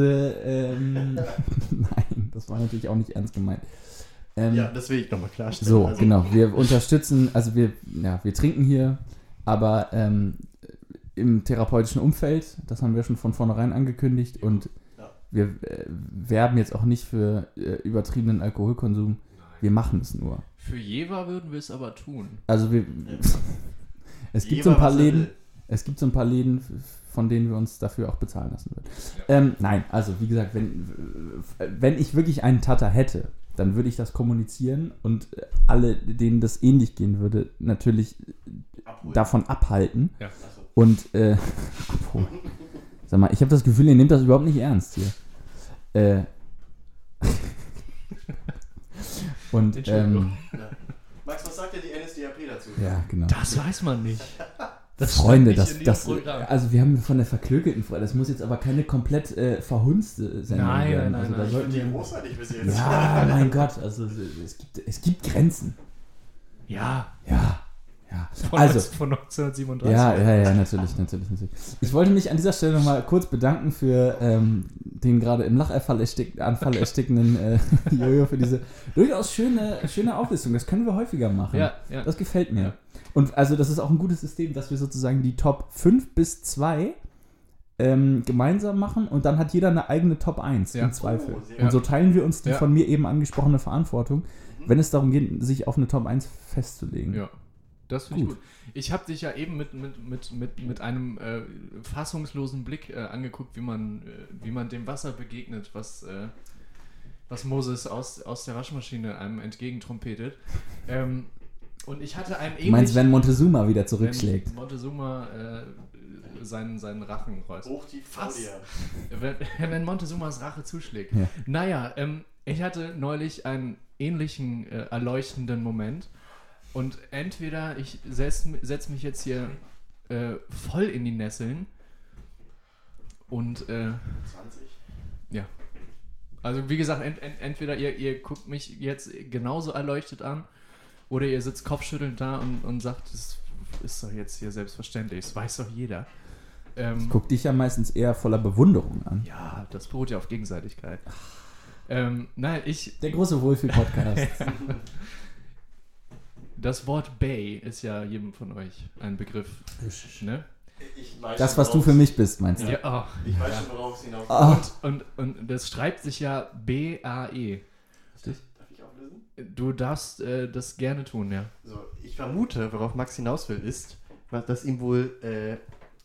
Speaker 3: nein, das war natürlich auch nicht ernst gemeint.
Speaker 1: Ja, das will ich nochmal klarstellen.
Speaker 3: So,
Speaker 1: Also,
Speaker 3: genau. Wir unterstützen, also wir trinken hier, aber im therapeutischen Umfeld, das haben wir schon von vornherein angekündigt und Wir werben jetzt auch nicht für übertriebenen Alkoholkonsum. Wir machen es nur.
Speaker 4: Für Jever würden wir es aber tun.
Speaker 3: Also es gibt so ein paar Läden, von denen wir uns dafür auch bezahlen lassen würden.
Speaker 4: Ja.
Speaker 3: Nein, also wie gesagt, wenn ich wirklich einen Tatter hätte, dann würde ich das kommunizieren und alle, denen das ähnlich gehen würde, natürlich davon abhalten.
Speaker 4: Ja.
Speaker 3: Und abholen. Sag mal, ich habe das Gefühl, ihr nehmt das überhaupt nicht ernst hier. Und
Speaker 1: Max, was sagt denn die NSDAP dazu?
Speaker 3: ja, genau.
Speaker 4: Das weiß man nicht.
Speaker 3: Freunde,
Speaker 4: stand nicht in diesem Programm.
Speaker 3: also wir haben von der verklökelten Freude, das muss jetzt aber keine komplett verhunzte Sendung
Speaker 4: Nein,
Speaker 3: werden.
Speaker 4: nein,
Speaker 3: Also
Speaker 4: nein,
Speaker 3: da
Speaker 4: nein.
Speaker 3: sollten
Speaker 1: Die
Speaker 3: wir,
Speaker 1: großartig bis jetzt.
Speaker 3: ja, mein Gott, also es gibt Grenzen.
Speaker 4: Ja,
Speaker 3: Ja.
Speaker 4: von,
Speaker 3: Also,
Speaker 4: von 1937.
Speaker 3: ja, natürlich. Ich wollte mich an dieser Stelle nochmal kurz bedanken für den gerade im Lachanfall erstickenden Jojo für diese durchaus schöne Auflistung. Das können wir häufiger machen.
Speaker 4: Ja.
Speaker 3: Das gefällt mir.
Speaker 4: Ja.
Speaker 3: Und also das ist auch ein gutes System, dass wir sozusagen die Top 5 bis 2 gemeinsam machen und dann hat jeder eine eigene Top 1
Speaker 4: Ja.
Speaker 3: im Zweifel.
Speaker 1: Oh, sehr
Speaker 3: Und so teilen wir uns die
Speaker 4: Ja.
Speaker 3: von mir eben angesprochene Verantwortung, wenn es darum geht, sich auf eine Top 1 festzulegen.
Speaker 4: Ja, das finde ich
Speaker 3: Gut.
Speaker 4: gut. Ich habe dich ja eben mit einem fassungslosen Blick angeguckt, wie man dem Wasser begegnet, was Moses aus der Waschmaschine einem entgegentrompetet. Und ich hatte einen
Speaker 3: Du meinst, wenn Montezuma wieder zurückschlägt?
Speaker 4: Wenn Montezuma seinen Rachen räuspert.
Speaker 1: Hoch die Folie.
Speaker 4: Wenn Montezumas Rache zuschlägt.
Speaker 3: Ja.
Speaker 4: Naja, ich hatte neulich einen ähnlichen erleuchtenden Moment und entweder ich setz mich jetzt hier voll in die Nesseln und
Speaker 1: 20.
Speaker 4: ja. Also wie gesagt, entweder ihr guckt mich jetzt genauso erleuchtet an oder ihr sitzt kopfschüttelnd da und sagt, das ist doch jetzt hier selbstverständlich, das weiß doch jeder.
Speaker 3: Ich guck dich ja meistens eher voller Bewunderung an.
Speaker 4: Ja, das beruht ja auf Gegenseitigkeit. Nein,
Speaker 3: Der große Wohlfühl-Podcast.
Speaker 4: das Wort Bay ist ja jedem von euch ein Begriff. Ne?
Speaker 1: Ich weiß
Speaker 3: Das,
Speaker 1: schon,
Speaker 3: was du für mich bist, meinst du?
Speaker 4: Ja, oh.
Speaker 1: Ich weiß schon, worauf es hinaus
Speaker 3: Ah.
Speaker 4: Und das schreibt sich ja B-A-E.
Speaker 1: Darf ich auflösen?
Speaker 4: Du darfst das gerne tun, ja.
Speaker 1: So, ich vermute, worauf Max hinaus will, ist, dass ihm wohl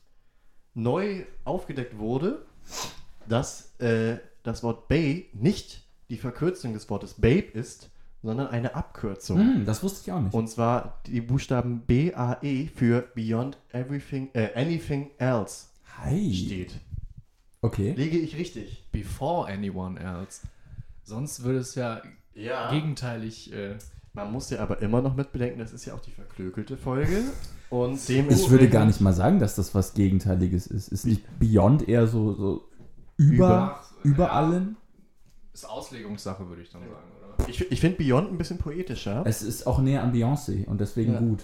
Speaker 1: neu aufgedeckt wurde, dass das Wort Bae nicht die Verkürzung des Wortes Babe ist, sondern eine Abkürzung.
Speaker 3: Das wusste ich auch nicht.
Speaker 1: Und zwar die Buchstaben B-A-E für Beyond Anything Else
Speaker 3: Hi.
Speaker 1: steht.
Speaker 3: Okay.
Speaker 1: Liege ich richtig?
Speaker 4: Before anyone else. Sonst würde es ja
Speaker 1: Ja.
Speaker 4: gegenteilig...
Speaker 1: Man muss ja aber immer noch mit bedenken, das ist ja auch die verklökelte Folge. Und
Speaker 3: Ich würde gar nicht mal sagen, dass das was Gegenteiliges ist. Ist nicht Beyond eher so über allen?
Speaker 4: Ist Auslegungssache, würde ich dann sagen, oder?
Speaker 1: Ich finde Beyond ein bisschen poetischer.
Speaker 3: Es ist auch näher an Beyoncé und deswegen
Speaker 1: Ja.
Speaker 3: gut.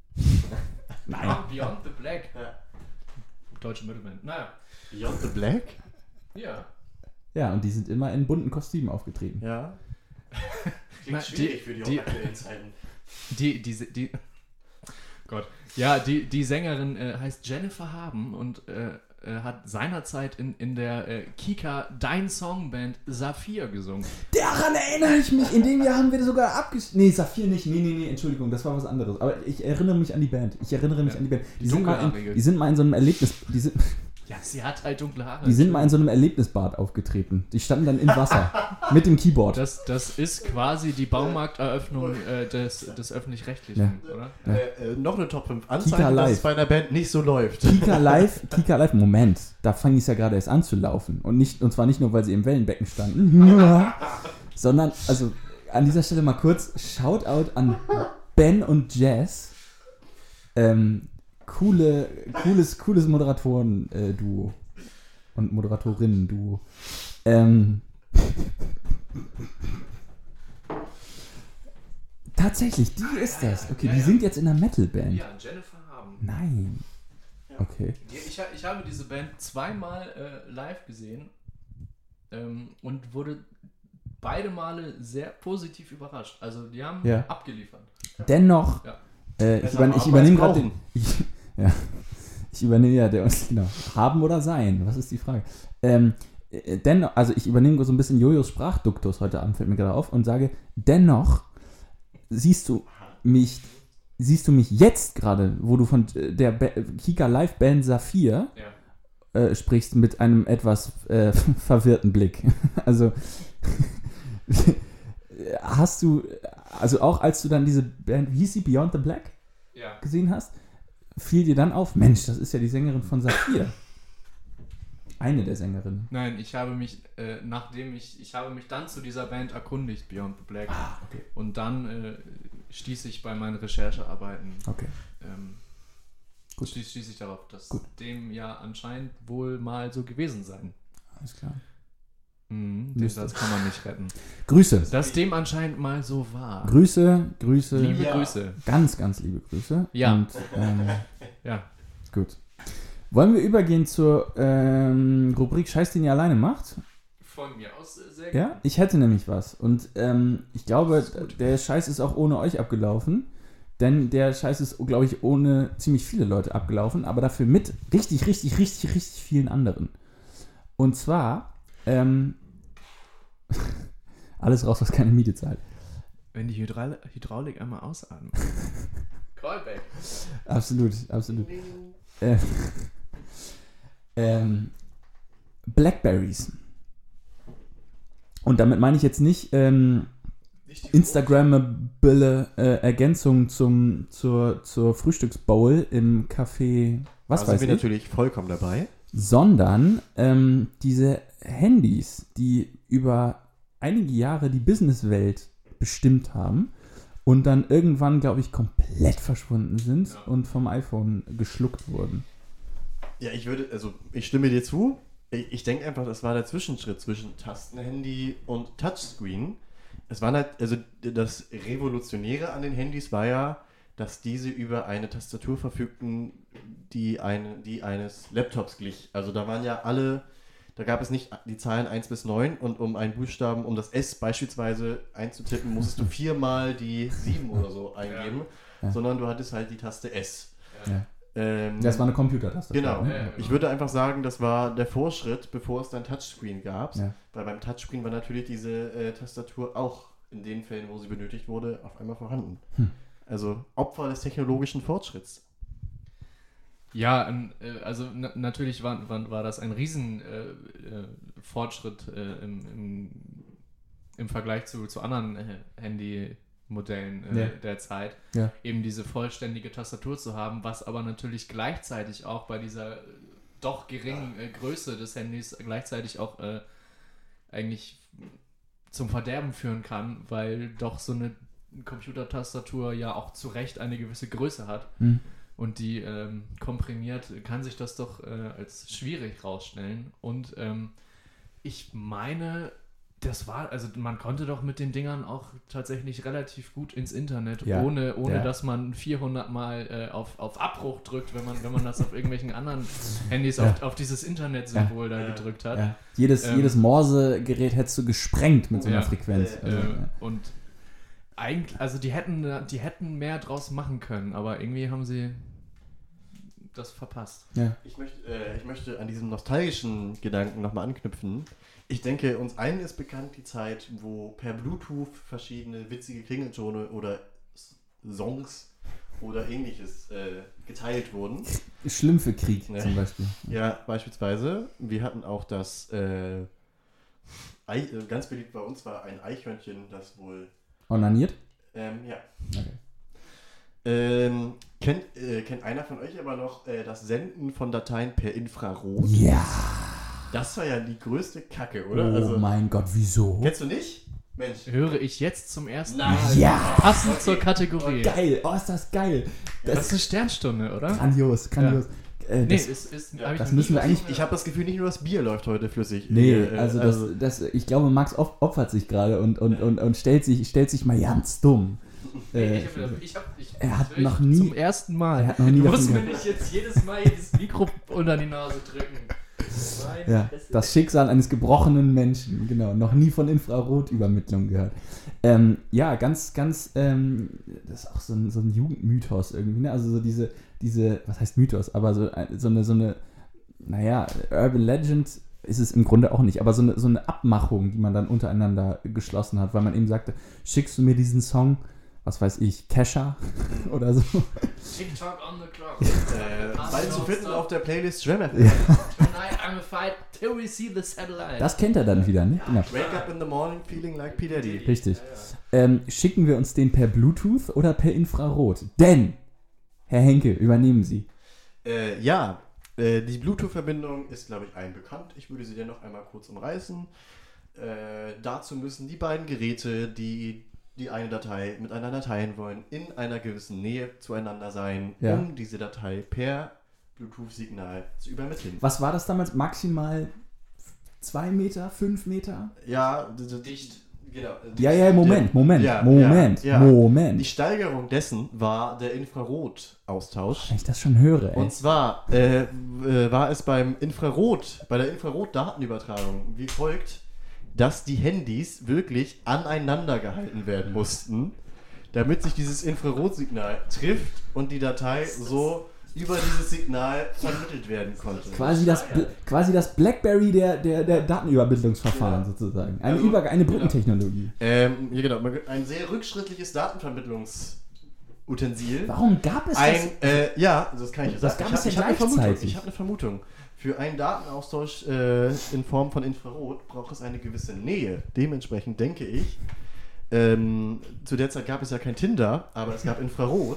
Speaker 3: Nein.
Speaker 4: Beyond the Black.
Speaker 1: Ja.
Speaker 4: Deutsche Mittelband. Naja.
Speaker 1: Beyond the Black?
Speaker 4: Ja.
Speaker 3: Ja, und die sind immer in bunten Kostümen aufgetreten.
Speaker 1: Ja.
Speaker 4: Na,
Speaker 1: Klingt schwierig für die
Speaker 4: die-
Speaker 1: aktuellen Zeiten.
Speaker 4: Die Gott. Ja, die Sängerin heißt Jennifer Haben und hat seinerzeit in der Kika Dein Songband Saphir gesungen.
Speaker 3: Daran erinnere ich mich. In dem Jahr haben wir sogar Nee, Saphir nicht. Nee, Entschuldigung, das war was anderes. Aber ich erinnere mich an die Band. Die
Speaker 4: Dunkelhaarige.
Speaker 3: sind mal in so einem Erlebnis...
Speaker 4: Ja, sie hat halt dunkle Haare.
Speaker 3: Die sind mal in so einem Erlebnisbad aufgetreten. Die standen dann im Wasser. Mit dem Keyboard.
Speaker 4: Das ist quasi die Baumarkteröffnung des Öffentlich-Rechtlichen, oder?
Speaker 1: Noch eine Top 5
Speaker 3: Kika
Speaker 1: Anzeichen, dass
Speaker 3: Live.
Speaker 1: es bei einer Band nicht so läuft.
Speaker 3: Kika Live, Moment, da fangen es ja gerade erst an zu laufen. Und zwar nicht nur, weil sie im Wellenbecken standen, sondern, also an dieser Stelle mal kurz Shoutout an Ben und Jazz. Cooles Moderatoren-Duo. Und Moderatorinnen-Duo. Tatsächlich, die ist das. Okay, die sind jetzt in einer Metal-Band.
Speaker 4: Ja, Jennifer Haben.
Speaker 3: Nein. Okay.
Speaker 4: Ich habe diese Band zweimal live gesehen und wurde beide Male sehr positiv überrascht. Also die haben
Speaker 3: Ja.
Speaker 4: abgeliefert.
Speaker 3: Dennoch,
Speaker 4: Ja.
Speaker 3: ich übernehme gerade den... Ich übernehme, ja, genau. Haben oder sein? Was ist die Frage? dennoch, also ich übernehme so ein bisschen Jojos Sprachduktus heute Abend, fällt mir gerade auf, und sage, dennoch siehst du mich jetzt gerade, wo du von der Kika Live Band Saphir sprichst, mit einem etwas verwirrten Blick. Also hast du, also auch als du dann diese Band, wie hieß sie, Beyond the Black, gesehen hast, fiel dir dann auf, Mensch, das ist ja die Sängerin von Saphir. Eine der Sängerinnen.
Speaker 4: Nein, ich habe mich, ich habe mich dann zu dieser Band erkundigt, Beyond the Black.
Speaker 3: Okay.
Speaker 4: Und dann stieß ich bei meinen Recherchearbeiten,
Speaker 3: Okay. Gut.
Speaker 4: stieß ich darauf, dass
Speaker 3: Gut.
Speaker 4: dem ja anscheinend wohl mal so gewesen sein.
Speaker 3: Alles klar.
Speaker 4: Den
Speaker 3: Müsste.
Speaker 4: Satz kann man nicht retten.
Speaker 3: Grüße.
Speaker 4: Dass dem anscheinend mal so war.
Speaker 3: Grüße.
Speaker 4: Liebe
Speaker 1: Ja.
Speaker 4: Grüße.
Speaker 3: Ganz, ganz liebe Grüße.
Speaker 4: Ja.
Speaker 3: Und,
Speaker 4: Ja.
Speaker 3: gut. Wollen wir übergehen zur Rubrik Scheiß, den ihr alleine macht?
Speaker 4: Von mir aus sehr gut.
Speaker 3: Ja? Ich hätte nämlich was. Und ich glaube, der Scheiß ist auch ohne euch abgelaufen. Denn der Scheiß ist, glaube ich, ohne ziemlich viele Leute abgelaufen. Aber dafür mit richtig, richtig, richtig, richtig vielen anderen. Und zwar alles raus, was keine Miete zahlt.
Speaker 4: Wenn die Hydraulik einmal ausatmet. Callback.
Speaker 3: Absolut. Blackberries. Und damit meine ich jetzt nicht Instagrammable Ergänzung zur Frühstücksbowl im Café, was
Speaker 1: Da
Speaker 3: weiß
Speaker 1: sind wir
Speaker 3: ich,
Speaker 1: natürlich vollkommen dabei.
Speaker 3: sondern diese Handys, die über einige Jahre die Businesswelt bestimmt haben und dann irgendwann, glaube ich, komplett verschwunden sind und vom iPhone geschluckt wurden.
Speaker 1: Ja, ich stimme dir zu. Ich denke einfach, das war der Zwischenschritt zwischen Tastenhandy und Touchscreen. Es war halt, also das Revolutionäre an den Handys war ja, dass diese über eine Tastatur verfügten, die eines Laptops glich. Also da waren ja da gab es nicht die Zahlen 1 bis 9 und um einen Buchstaben, um das S beispielsweise einzutippen, musstest du 4-mal die 7 oder so eingeben, sondern du hattest halt die Taste S.
Speaker 3: Ja. Das war eine Computertastatur.
Speaker 1: Genau.
Speaker 3: Ne?
Speaker 1: Ich würde einfach sagen, das war der Vorschritt, bevor es dann Touchscreen gab.
Speaker 3: Ja.
Speaker 1: Weil beim Touchscreen war natürlich diese Tastatur auch in den Fällen, wo sie benötigt wurde, auf einmal vorhanden. Also Opfer des technologischen Fortschritts.
Speaker 4: Ja, also natürlich war das ein riesen Fortschritt im Vergleich zu anderen Handymodellen der Zeit, eben diese vollständige Tastatur zu haben, was aber natürlich gleichzeitig auch bei dieser doch geringen Größe des Handys gleichzeitig auch eigentlich zum Verderben führen kann, weil doch so eine Computertastatur ja auch zu Recht eine gewisse Größe hat. Und die komprimiert, kann sich das doch als schwierig rausstellen. Und ich meine, also man konnte doch mit den Dingern auch tatsächlich relativ gut ins Internet, ohne dass man 400 Mal auf Abbruch drückt, wenn man das auf irgendwelchen anderen Handys auf dieses Internet-Symbol da gedrückt hat.
Speaker 3: Ja. Jedes Morse-Gerät hättest du gesprengt mit so einer Frequenz.
Speaker 4: Und eigentlich, also die hätten mehr draus machen können, aber irgendwie haben sie das verpasst.
Speaker 3: Ja.
Speaker 1: Ich möchte an diesem nostalgischen Gedanken nochmal anknüpfen. Ich denke, uns allen ist bekannt die Zeit, wo per Bluetooth verschiedene witzige Klingeltone oder Songs oder ähnliches geteilt wurden.
Speaker 3: Schlümpfekrieg zum Beispiel.
Speaker 1: Ja, beispielsweise. Wir hatten auch das ganz beliebt bei uns war ein Eichhörnchen, das wohl
Speaker 3: Onaniert?
Speaker 1: ja.
Speaker 3: Okay.
Speaker 1: Kennt einer von euch aber noch das Senden von Dateien per Infrarot?
Speaker 3: Ja.
Speaker 1: Das war ja die größte Kacke, oder?
Speaker 3: Oh mein Gott, wieso?
Speaker 1: Kennst du nicht? Mensch.
Speaker 4: Höre ich jetzt zum ersten
Speaker 1: Nein.
Speaker 4: Mal.
Speaker 3: Ja.
Speaker 4: Passend zur Kategorie.
Speaker 3: Geil, ist das geil.
Speaker 4: Das ist eine Sternstunde, oder?
Speaker 3: Grandios.
Speaker 4: Das
Speaker 3: müssen wir eigentlich...
Speaker 1: Ich habe das Gefühl, nicht nur das Bier läuft heute flüssig.
Speaker 3: Nee, ich glaube, Max opfert sich gerade und stellt sich mal ganz dumm. Er hat noch nie...
Speaker 4: Zum ersten Mal.
Speaker 3: Er hat noch nie
Speaker 4: Du
Speaker 3: davon
Speaker 4: musst mir
Speaker 3: gehört.
Speaker 4: nicht jetzt jedes Mal dieses Mikro unter die Nase drücken.
Speaker 3: Ja, das Schicksal eines gebrochenen Menschen, genau. Noch nie von Infrarotübermittlung gehört. Ja, ganz, das ist auch so ein Jugendmythos irgendwie, ne? Also so diese, was heißt Mythos, aber so eine, naja, Urban Legend ist es im Grunde auch nicht. Aber so eine Abmachung, die man dann untereinander geschlossen hat, weil man eben sagte, schickst du mir diesen Song, was weiß ich, Kesha oder so.
Speaker 4: TikTok on the clock.
Speaker 1: Bald zu finden auf der Playlist Schwemme.
Speaker 3: Ja.
Speaker 4: Tonight I'm a fight till we see the satellite.
Speaker 3: Das kennt er dann wieder, ne? Genau.
Speaker 1: Wake up in the morning feeling like P. Daddy.
Speaker 3: Richtig. Schicken wir uns den per Bluetooth oder per Infrarot? Denn, Herr Henke, übernehmen Sie.
Speaker 1: Die Bluetooth-Verbindung ist, glaube ich, allen bekannt. Ich würde sie dir noch einmal kurz umreißen. Dazu müssen die beiden Geräte, die eine Datei miteinander teilen wollen, in einer gewissen Nähe zueinander sein, um diese Datei per Bluetooth-Signal zu übermitteln.
Speaker 3: Was war das damals? Maximal 2 Meter, 5 Meter?
Speaker 1: Ja,
Speaker 4: Dicht.
Speaker 1: genau.
Speaker 3: Moment.
Speaker 1: Die Steigerung dessen war der Infrarot-Austausch.
Speaker 3: Wenn ich das schon höre, ey.
Speaker 1: Und zwar war es bei der Infrarot-Datenübertragung wie folgt, dass die Handys wirklich aneinander gehalten werden mussten, damit sich dieses Infrarotsignal trifft und die Datei so über dieses Signal vermittelt werden konnte.
Speaker 3: Quasi das BlackBerry der Datenübermittlungsverfahren sozusagen. Eine Brückentechnologie.
Speaker 1: Genau. Ein sehr rückschrittliches Datenvermittlungsutensil.
Speaker 3: Warum gab es das?
Speaker 1: Das kann ich
Speaker 3: Das
Speaker 1: sagen.
Speaker 3: gab es ja
Speaker 1: Ich
Speaker 3: gleichzeitig.
Speaker 1: habe eine Vermutung. Für einen Datenaustausch in Form von Infrarot braucht es eine gewisse Nähe. Dementsprechend denke ich, zu der Zeit gab es ja kein Tinder, aber es gab Infrarot.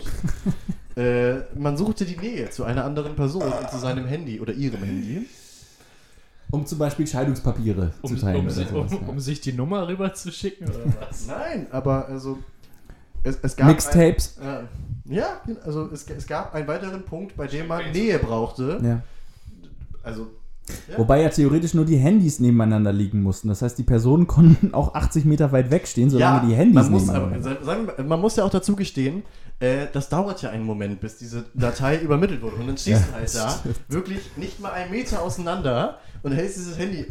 Speaker 1: Man suchte die Nähe zu einer anderen Person und zu seinem Handy oder ihrem Handy.
Speaker 3: Um zum Beispiel Scheidungspapiere zu teilen.
Speaker 4: Um sich die Nummer rüber zu schicken oder was?
Speaker 1: Nein, aber also es gab
Speaker 3: Mixtapes.
Speaker 1: Es gab einen weiteren Punkt, bei dem man Nähe brauchte.
Speaker 3: Ja.
Speaker 1: Also
Speaker 3: Wobei ja theoretisch nur die Handys nebeneinander liegen mussten. Das heißt, die Personen konnten auch 80 Meter weit wegstehen, solange die Handys nebeneinander.
Speaker 1: Man muss ja auch dazu gestehen, das dauert ja einen Moment, bis diese Datei übermittelt wurde. Und dann stehst du halt da, wirklich nicht mal einen Meter auseinander und hältst dieses Handy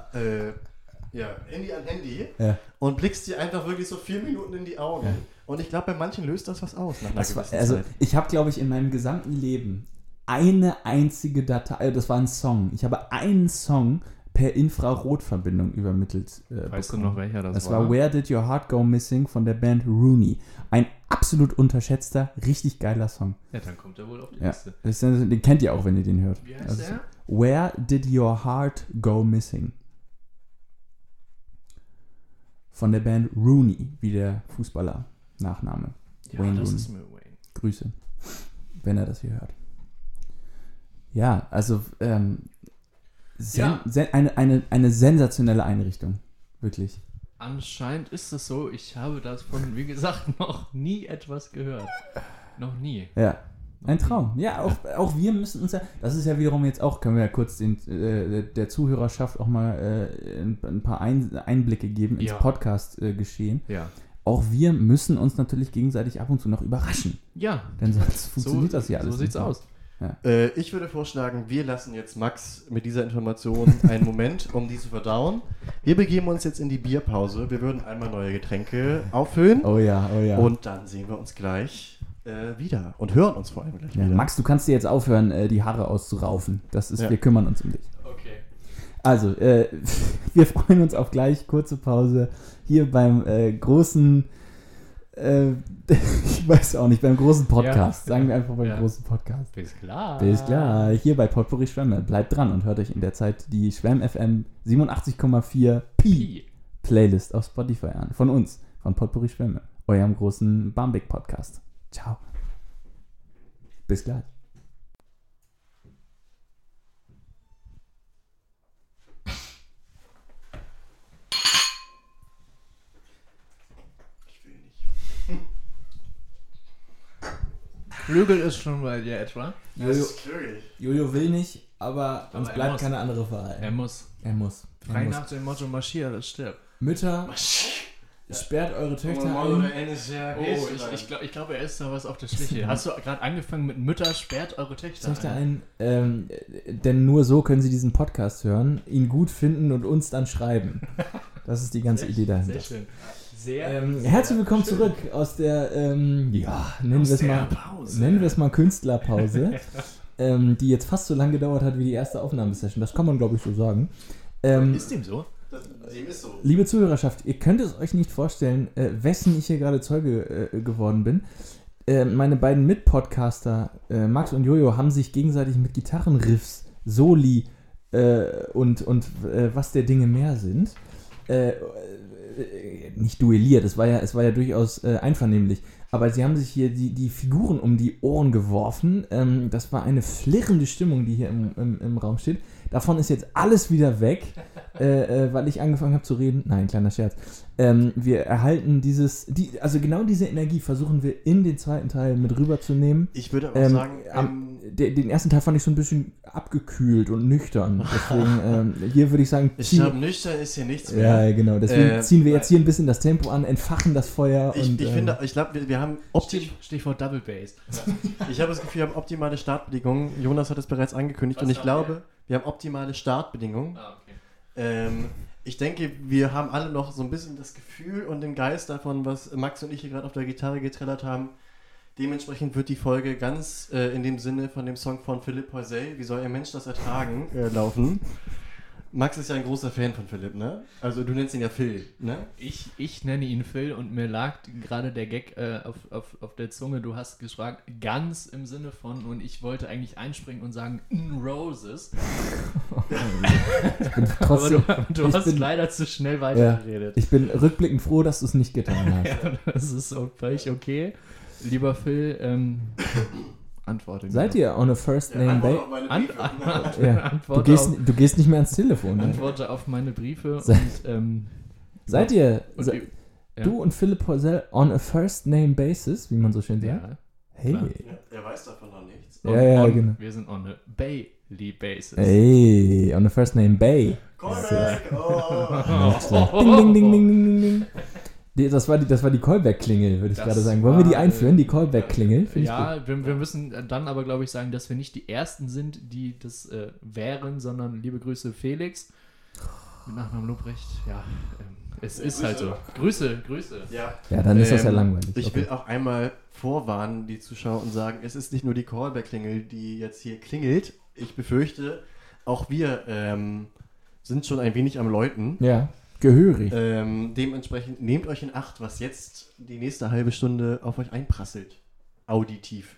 Speaker 1: Handy an Handy und blickst dir einfach wirklich so 4 Minuten in die Augen. Ja. Und ich glaube, bei manchen löst das was aus nach einer gewissen Zeit.
Speaker 3: Ich habe, glaube ich, in meinem gesamten Leben eine einzige Datei, das war ein Song. Ich habe einen Song per Infrarotverbindung übermittelt.
Speaker 4: Weißt du noch, welcher das war?
Speaker 3: Das war Where Did Your Heart Go Missing von der Band Rooney. Ein absolut unterschätzter, richtig geiler Song.
Speaker 4: Ja, dann kommt er wohl auf die
Speaker 3: Liste.
Speaker 4: Ja,
Speaker 3: den kennt ihr auch, wenn ihr den hört.
Speaker 4: Wie heißt der?
Speaker 3: Where Did Your Heart Go Missing? Von der Band Rooney, wie der Fußballer. Nachname.
Speaker 4: Ja,
Speaker 3: Wayne
Speaker 4: das
Speaker 3: Rooney.
Speaker 4: ist mir Wayne.
Speaker 3: Grüße, wenn er das hier hört. Ja, also eine sensationelle Einrichtung. Wirklich.
Speaker 4: Anscheinend ist es so. Ich habe davon, wie gesagt, noch nie etwas gehört. Noch nie.
Speaker 3: Ja, ein Traum. Ja, auch wir müssen uns ja, das ist ja wiederum jetzt auch, können wir ja kurz der Zuhörerschaft auch mal ein paar Einblicke geben ins Podcast-Geschehen.
Speaker 4: Ja.
Speaker 3: Auch wir müssen uns natürlich gegenseitig ab und zu noch überraschen.
Speaker 4: Ja.
Speaker 3: Denn sonst funktioniert das ja alles.
Speaker 4: So sieht's aus.
Speaker 3: Ja.
Speaker 1: Ich würde vorschlagen, wir lassen jetzt Max mit dieser Information einen Moment, um die zu verdauen. Wir begeben uns jetzt in die Bierpause. Wir würden einmal neue Getränke auffüllen.
Speaker 3: Oh ja.
Speaker 1: Und dann sehen wir uns gleich wieder. Und hören uns vor allem gleich wieder.
Speaker 3: Max, du kannst dir jetzt aufhören, die Haare auszuraufen. Wir kümmern uns um dich.
Speaker 4: Okay.
Speaker 3: Also, wir freuen uns auf gleich. Kurze Pause hier beim großen... ich weiß auch nicht, beim großen Podcast. Sagen wir einfach beim großen Podcast.
Speaker 4: Bis klar.
Speaker 3: Bis klar. Hier bei Potpourri Schwemme. Bleibt dran und hört euch in der Zeit die Schwemm FM 87,4 Pi Playlist auf Spotify an. Von uns, von Potpourri Schwemme. Eurem großen Barmbek Podcast. Ciao. Bis gleich.
Speaker 4: Flügel ist schon bei dir etwa.
Speaker 3: Jojo will nicht, aber uns
Speaker 4: er
Speaker 3: bleibt
Speaker 4: muss.
Speaker 3: keine andere Wahl.
Speaker 4: Er muss. Frei nach dem Motto, marschier, das stirbt.
Speaker 3: Mütter, sperrt eure Töchter ein.
Speaker 4: Ich glaube, er ist da was auf der Schliche. Hast du gerade angefangen mit Mütter, sperrt eure Töchter
Speaker 3: ein? Denn nur so können sie diesen Podcast hören, ihn gut finden und uns dann schreiben. Das ist die ganze Idee dahinter.
Speaker 4: Sehr schön.
Speaker 3: Herzlich willkommen zurück aus der, nennen wir es mal Künstlerpause, die jetzt fast so lange gedauert hat wie die erste Aufnahmesession. Das kann man, glaube ich, so sagen.
Speaker 4: Ist dem so?
Speaker 1: Dem ist so.
Speaker 3: Liebe Zuhörerschaft, ihr könnt es euch nicht vorstellen, wessen ich hier gerade Zeuge geworden bin. Meine beiden Mitpodcaster, Max und Jojo, haben sich gegenseitig mit Gitarrenriffs, Soli und was der Dinge mehr sind, nicht duelliert, es war ja durchaus einvernehmlich, aber sie haben sich hier die Figuren um die Ohren geworfen. Das war eine flirrende Stimmung, die hier im Raum steht. Davon ist jetzt alles wieder weg, weil ich angefangen habe zu reden. Nein, kleiner Scherz. Wir erhalten also genau diese Energie versuchen wir in den zweiten Teil mit rüberzunehmen.
Speaker 1: Ich würde aber sagen,
Speaker 3: den ersten Teil fand ich so ein bisschen abgekühlt und nüchtern. Deswegen, hier würde ich sagen...
Speaker 1: Ich glaube, nüchtern ist hier nichts mehr.
Speaker 3: Ja, genau. Deswegen ziehen wir jetzt hier ein bisschen das Tempo an, entfachen das Feuer.
Speaker 1: Ich glaube, wir haben
Speaker 4: Stichwort Double Bass.
Speaker 1: Ich habe das Gefühl, wir haben optimale Startbedingungen. Jonas hat es bereits angekündigt und ich glaube, wir haben optimale Startbedingungen.
Speaker 4: Okay.
Speaker 1: Ich denke, wir haben alle noch so ein bisschen das Gefühl und den Geist davon, was Max und ich hier gerade auf der Gitarre getrellert haben. Dementsprechend wird die Folge ganz in dem Sinne von dem Song von Philipp Heusel, Wie soll ein Mensch das ertragen, laufen. Max ist ja ein großer Fan von Philipp, ne? Also du nennst ihn ja Phil, ne?
Speaker 4: Ich nenne ihn Phil und mir lag gerade der Gag auf der Zunge. Du hast gefragt, ganz im Sinne von, und ich wollte eigentlich einspringen und sagen, Roses.
Speaker 3: Trotzdem,
Speaker 4: aber du hast leider zu schnell weitergeredet.
Speaker 3: Ja, ich bin rückblickend froh, dass du es nicht getan hast.
Speaker 4: Ja, das ist so völlig okay. Lieber Phil, antworte.
Speaker 3: Seid ihr on a first name basis? Du gehst nicht mehr ans Telefon. Ne?
Speaker 4: Antworte auf meine Briefe.
Speaker 3: Seid ihr,
Speaker 4: ja.
Speaker 3: du und Philipp Heusel on a first name basis, wie man so schön sagt?
Speaker 4: Ja,
Speaker 3: hey.
Speaker 4: klar.
Speaker 1: Er weiß davon noch nichts.
Speaker 3: Genau.
Speaker 4: Wir sind on a Bailey basis.
Speaker 3: Hey, on a first name Bay.
Speaker 1: Callback!
Speaker 3: Ding, ding, ding, ding, ding, ding. Das war die Callback-Klingel, würde ich gerade sagen. Wollen wir die einführen, die Callback-Klingel?
Speaker 4: Ja, wir müssen dann aber, glaube ich, sagen, dass wir nicht die Ersten sind, die das wären, sondern liebe Grüße Felix. Mit Nachnamen Lobrecht. Ja, es ist halt so. Grüße.
Speaker 1: Ja,
Speaker 3: dann ist das ja langweilig.
Speaker 1: Ich will auch einmal vorwarnen, die Zuschauer, und sagen, es ist nicht nur die Callback-Klingel, die jetzt hier klingelt. Ich befürchte, auch wir sind schon ein wenig am Läuten.
Speaker 3: Ja. Gehörig.
Speaker 1: Dementsprechend nehmt euch in Acht, was jetzt die nächste halbe Stunde auf euch einprasselt. Auditiv.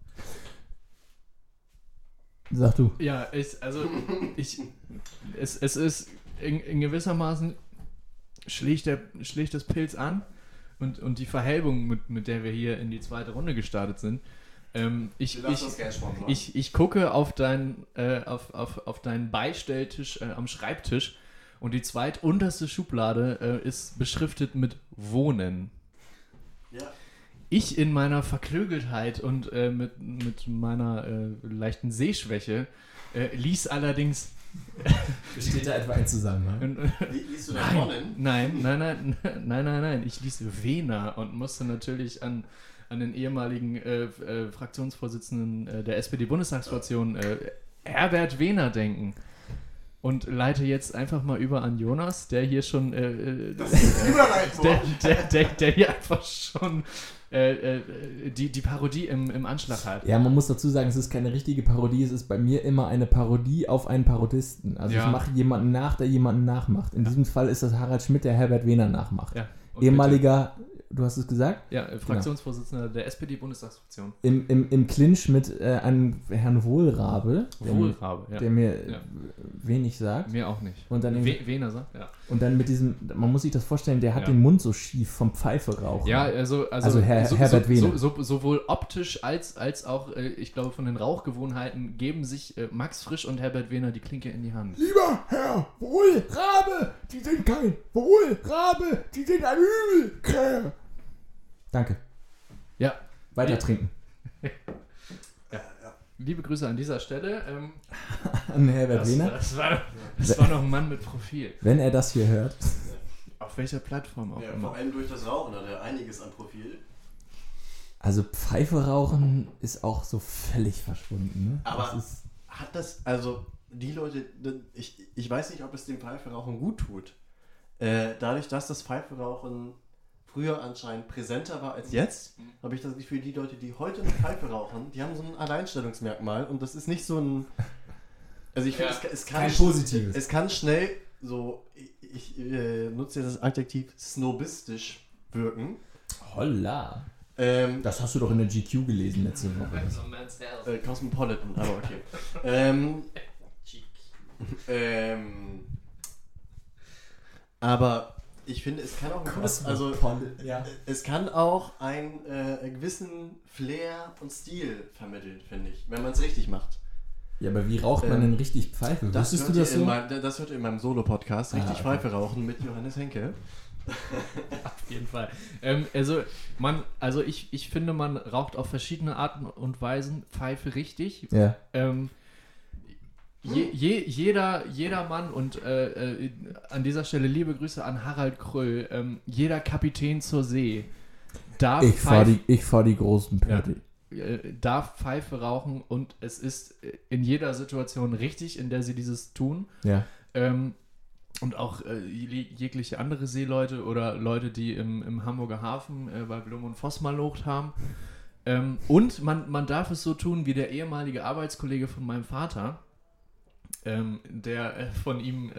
Speaker 3: Sag du.
Speaker 4: Ja, es ist in gewissermaßen schlägt das Pilz an und die Verhelbung, mit der wir hier in die zweite Runde gestartet sind. Ich gucke auf deinen Beistelltisch am Schreibtisch. Und die zweitunterste Schublade ist beschriftet mit Wohnen.
Speaker 1: Ja.
Speaker 4: Ich in meiner Verklögeltheit und mit meiner leichten Sehschwäche ließ allerdings...
Speaker 3: Besteht da etwa ein Zusammenhang?
Speaker 1: Liest du da Wohnen?
Speaker 4: Nein. Ich ließ Wehner und musste natürlich an den ehemaligen Fraktionsvorsitzenden der SPD-Bundestagsfraktion Herbert Wehner denken. Und leite jetzt einfach mal über an Jonas, der hier schon
Speaker 1: das ist
Speaker 4: der hier einfach schon die Parodie im Anschlag hat.
Speaker 3: Ja, man muss dazu sagen, es ist keine richtige Parodie, es ist bei mir immer eine Parodie auf einen Parodisten. Also ich mache jemanden nach, der jemanden nachmacht. In diesem Fall ist das Harald Schmidt, der Herbert Wehner nachmacht.
Speaker 4: Ja,
Speaker 3: ehemaliger, du hast es gesagt?
Speaker 4: Ja, Fraktionsvorsitzender der SPD-Bundestagsfraktion.
Speaker 3: Im Clinch mit einem Herrn Wohlrabe. Der mir wenig sagt.
Speaker 4: Mir auch nicht.
Speaker 3: Und dann
Speaker 4: Wehner sagt, ja.
Speaker 3: Und dann mit diesem, man muss sich das vorstellen, der hat den Mund so schief vom Pfeife rauchen.
Speaker 4: Ja, also
Speaker 3: Herbert Wehner.
Speaker 4: Sowohl optisch als auch, ich glaube, von den Rauchgewohnheiten geben sich Max Frisch und Herbert Wehner die Klinke in die Hand.
Speaker 3: Lieber Herr Wohlrabe, Sie sind kein Wohlrabe, Sie sind ein Übelkrähe. Danke.
Speaker 4: Ja.
Speaker 3: Weiter trinken.
Speaker 4: Liebe Grüße an dieser Stelle.
Speaker 3: An Herbert Wehner.
Speaker 4: Das war noch ein Mann mit Profil.
Speaker 3: Wenn er das hier hört.
Speaker 4: Auf welcher Plattform auch immer.
Speaker 1: Vor allem durch das Rauchen hat er einiges an Profil.
Speaker 3: Also Pfeife rauchen ist auch so völlig verschwunden. Ne?
Speaker 1: Aber die Leute, ich weiß nicht, ob es dem Pfeife rauchen gut tut. Dadurch, dass das Pfeife rauchen früher anscheinend präsenter war als jetzt, habe ich das Gefühl, die Leute, die heute eine Pfeife rauchen, die haben so ein Alleinstellungsmerkmal und das ist nicht so ein... Also ich finde, es kann
Speaker 3: kein positives.
Speaker 1: Es kann schnell so, ich nutze jetzt das Adjektiv snobistisch wirken.
Speaker 3: Holla.
Speaker 1: Ähm,
Speaker 3: Das hast du doch in der GQ gelesen letzte Woche.
Speaker 1: Cosmopolitan, aber okay. Aber ich finde, es kann auch es kann auch einen gewissen Flair und Stil vermitteln, finde ich, wenn man es richtig macht.
Speaker 3: Ja, aber wie raucht man denn richtig Pfeife? Wusstest du das so?
Speaker 1: Das hört ihr in meinem Solo-Podcast, richtig
Speaker 3: okay.
Speaker 1: Pfeife rauchen mit Johannes Henke.
Speaker 4: Auf jeden Fall. Ich finde, man raucht auf verschiedene Arten und Weisen Pfeife richtig.
Speaker 3: Ja.
Speaker 4: Jeder Mann und an dieser Stelle liebe Grüße an Harald Kröll, jeder Kapitän zur See darf
Speaker 3: Ich fahr die großen Pötti.
Speaker 4: darf Pfeife rauchen und es ist in jeder Situation richtig, in der sie dieses tun.
Speaker 3: Ja.
Speaker 4: Und auch jegliche andere Seeleute oder Leute, die im Hamburger Hafen bei Blum und Voss mal locht haben. Und man darf es so tun, wie der ehemalige Arbeitskollege von meinem Vater, der von ihm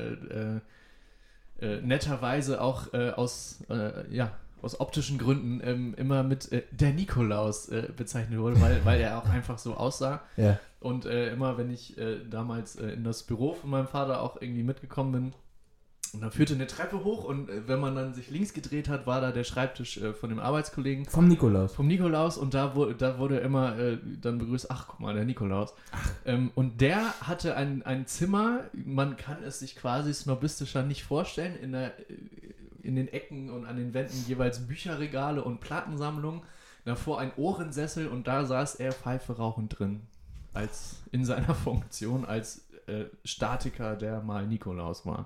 Speaker 4: netterweise auch aus optischen Gründen immer mit der Nikolaus bezeichnet wurde, weil er auch einfach so aussah.
Speaker 3: Ja.
Speaker 4: Und immer, wenn ich damals in das Büro von meinem Vater auch irgendwie mitgekommen bin, und da führte eine Treppe hoch und wenn man dann sich links gedreht hat, war da der Schreibtisch von dem Arbeitskollegen.
Speaker 3: Vom Nikolaus
Speaker 4: Und da wurde immer dann begrüßt, ach, guck mal, der Nikolaus. Und der hatte ein Zimmer, man kann es sich quasi snobistischer nicht vorstellen, in den Ecken und an den Wänden jeweils Bücherregale und Plattensammlungen, davor ein Ohrensessel und da saß er Pfeife rauchend drin, in seiner Funktion als Statiker, der mal Nikolaus war.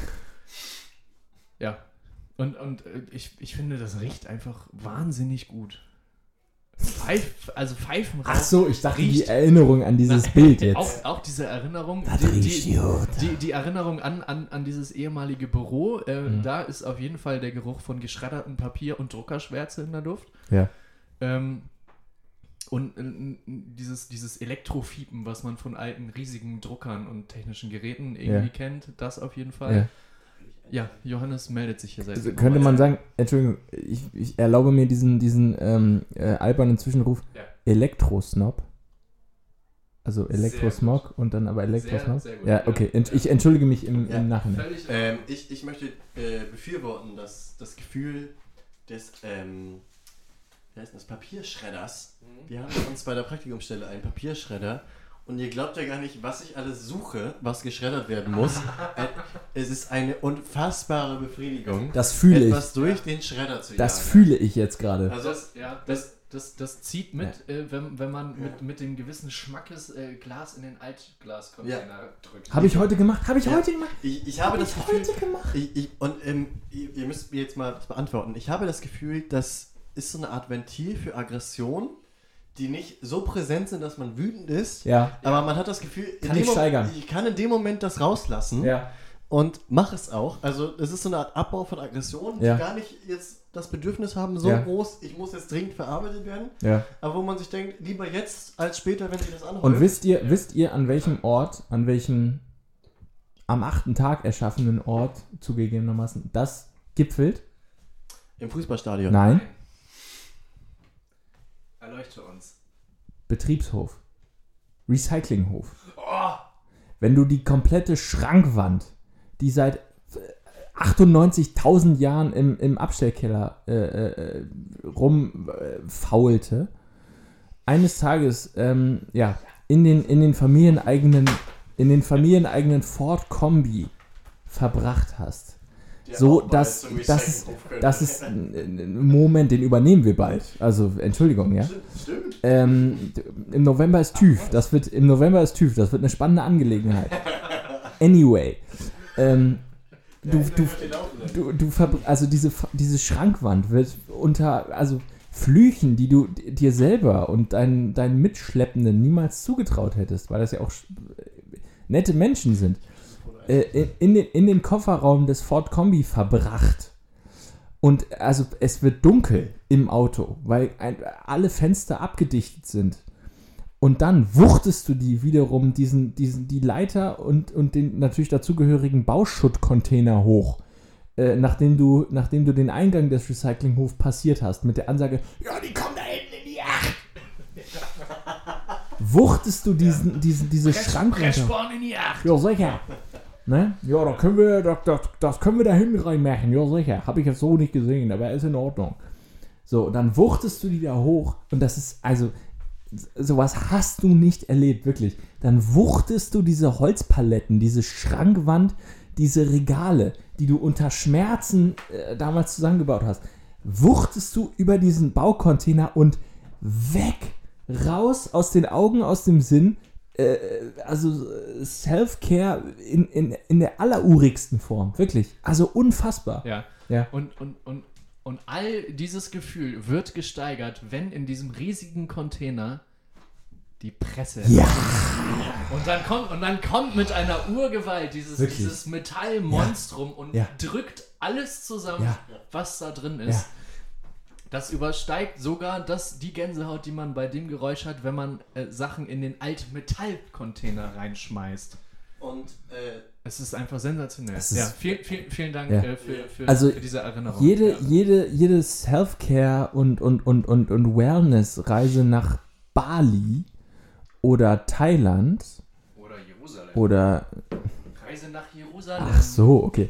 Speaker 4: Ja, und ich finde, das riecht einfach wahnsinnig gut. Pfeifenrauch.
Speaker 3: Ach so, ich dachte die Erinnerung an dieses Bild jetzt.
Speaker 4: Auch diese Erinnerung,
Speaker 3: Das riecht gut.
Speaker 4: die Erinnerung an dieses ehemalige Büro, da ist auf jeden Fall der Geruch von geschreddertem Papier und Druckerschwärze in der Luft.
Speaker 3: Ja.
Speaker 4: Und dieses Elektrofiepen, was man von alten riesigen Druckern und technischen Geräten irgendwie kennt, das auf jeden Fall. Ja, Johannes meldet sich hier seit.
Speaker 3: Also könnte man sagen, Entschuldigung, ich erlaube mir diesen albernen Zwischenruf, Elektrosnob. Also Elektrosmog und dann aber Elektrosnob.
Speaker 4: Sehr gut.
Speaker 3: Ja, okay. Ich entschuldige mich im Nachhinein.
Speaker 1: Ich möchte befürworten, dass das Gefühl des Papierschredders. Wir haben bei uns bei der Praktikumsstelle einen Papierschredder und ihr glaubt ja gar nicht, was ich alles suche, was geschreddert werden muss. Es ist eine unfassbare Befriedigung,
Speaker 3: Das fühle ich.
Speaker 1: etwas durch den Schredder zu jagen.
Speaker 3: Das fühle ich jetzt gerade.
Speaker 1: Also
Speaker 4: das zieht mit, wenn man mit dem gewissen Schmackes Glas in den Altglascontainer drückt.
Speaker 3: Habe ich heute gemacht.
Speaker 1: Ich habe das Gefühl, ihr müsst mir jetzt mal das beantworten. Ich habe das Gefühl, das ist so eine Art Ventil für Aggression, die nicht so präsent sind, dass man wütend ist, aber man hat das Gefühl, ich kann in dem Moment das rauslassen und mache es auch. Also es ist so eine Art Abbau von Aggression, die gar nicht jetzt das Bedürfnis haben, so groß, ich muss jetzt dringend verarbeitet werden, aber wo man sich denkt, lieber jetzt als später, wenn sich das anhäuft.
Speaker 3: Und wisst ihr, an welchem Ort, am 8. Tag erschaffenen Ort zugegebenermaßen das gipfelt?
Speaker 1: Im Fußballstadion.
Speaker 3: Nein.
Speaker 4: Erleuchte uns.
Speaker 3: Betriebshof. Recyclinghof. Wenn du die komplette Schrankwand, die seit 98.000 Jahren im Abstellkeller rumfaulte, eines Tages in den familieneigenen Ford Kombi verbracht hast. So, das ist ein Moment, den übernehmen wir bald. Also, Entschuldigung, ja.
Speaker 1: Stimmt.
Speaker 3: Im November ist TÜV. Das wird eine spannende Angelegenheit. Anyway. Diese Schrankwand wird unter Flüchen, die du dir selber und deinen Mitschleppenden niemals zugetraut hättest, weil das ja auch nette Menschen sind, in den Kofferraum des Ford Kombi verbracht. Und es wird dunkel im Auto, weil alle Fenster abgedichtet sind. Und dann wuchtest du die wiederum, die Leiter und den natürlich dazugehörigen Bauschuttcontainer hoch, nachdem du den Eingang des Recyclinghofs passiert hast, mit der Ansage, ja, die kommen da hinten in die Yacht. Wuchtest du diese Schranke runter.
Speaker 4: in die Yacht.
Speaker 3: Ja, sicher. Ne? Ja, das können wir da hinten reinmachen. Ja, sicher. Habe ich jetzt so nicht gesehen, aber ist in Ordnung. So, dann wuchtest du die da hoch und das ist, also, sowas hast du nicht erlebt, wirklich. Dann wuchtest du diese Holzpaletten, diese Schrankwand, diese Regale, die du unter Schmerzen damals zusammengebaut hast, wuchtest du über diesen Baucontainer und weg, raus aus den Augen, aus dem Sinn, also Self-Care in der allerurigsten Form, wirklich. Also unfassbar.
Speaker 4: Ja. Und all dieses Gefühl wird gesteigert, wenn in diesem riesigen Container die Presse ist.
Speaker 3: Ja.
Speaker 4: Und dann kommt mit einer Urgewalt dieses Metallmonstrum und drückt alles zusammen, was da drin ist. Ja. Das übersteigt sogar die Gänsehaut, die man bei dem Geräusch hat, wenn man Sachen in den Altmetallcontainer reinschmeißt. Und es ist einfach sensationell. Vielen Dank für diese Erinnerung.
Speaker 3: Jede Self-Care und Wellness-Reise nach Bali oder Thailand oder
Speaker 4: Reise nach Jerusalem.
Speaker 3: Ach so, okay.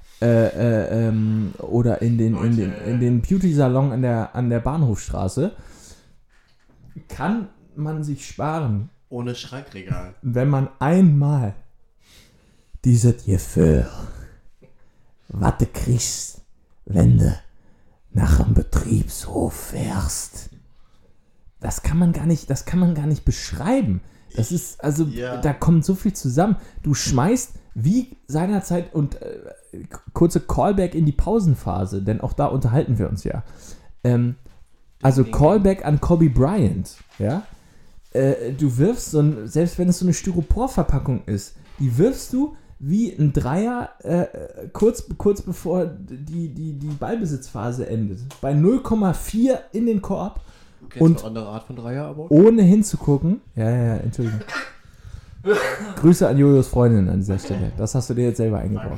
Speaker 3: Oder in den Beauty-Salon an der Bahnhofstraße kann man sich sparen.
Speaker 1: Ohne Schrankregal.
Speaker 3: Wenn man einmal dieses Gefühl, was du kriegst, wenn du nach einem Betriebshof fährst, das kann man gar nicht beschreiben. Das ist, also, da kommt so viel zusammen. Du schmeißt, wie seinerzeit, und kurze Callback in die Pausenphase, denn auch da unterhalten wir uns ja. Also Callback an Kobe Bryant, ja. Du wirfst selbst wenn es so eine Styroporverpackung ist, die wirfst du wie ein Dreier kurz bevor die Ballbesitzphase endet. Bei 0,4 in den Korb.
Speaker 1: Du kennst eine andere Art von Dreier, aber
Speaker 3: ohne hinzugucken. Ja, Entschuldigung. Grüße an Jojos Freundin an dieser Stelle. Das hast du dir jetzt selber eingebaut.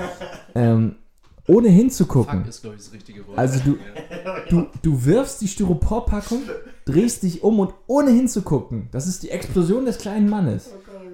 Speaker 3: Ohne hinzugucken.
Speaker 4: Fuck ist, glaube ich, das richtige Wort.
Speaker 3: Also du wirfst die Styroporpackung, drehst dich um und ohne hinzugucken. Das ist die Explosion des kleinen Mannes.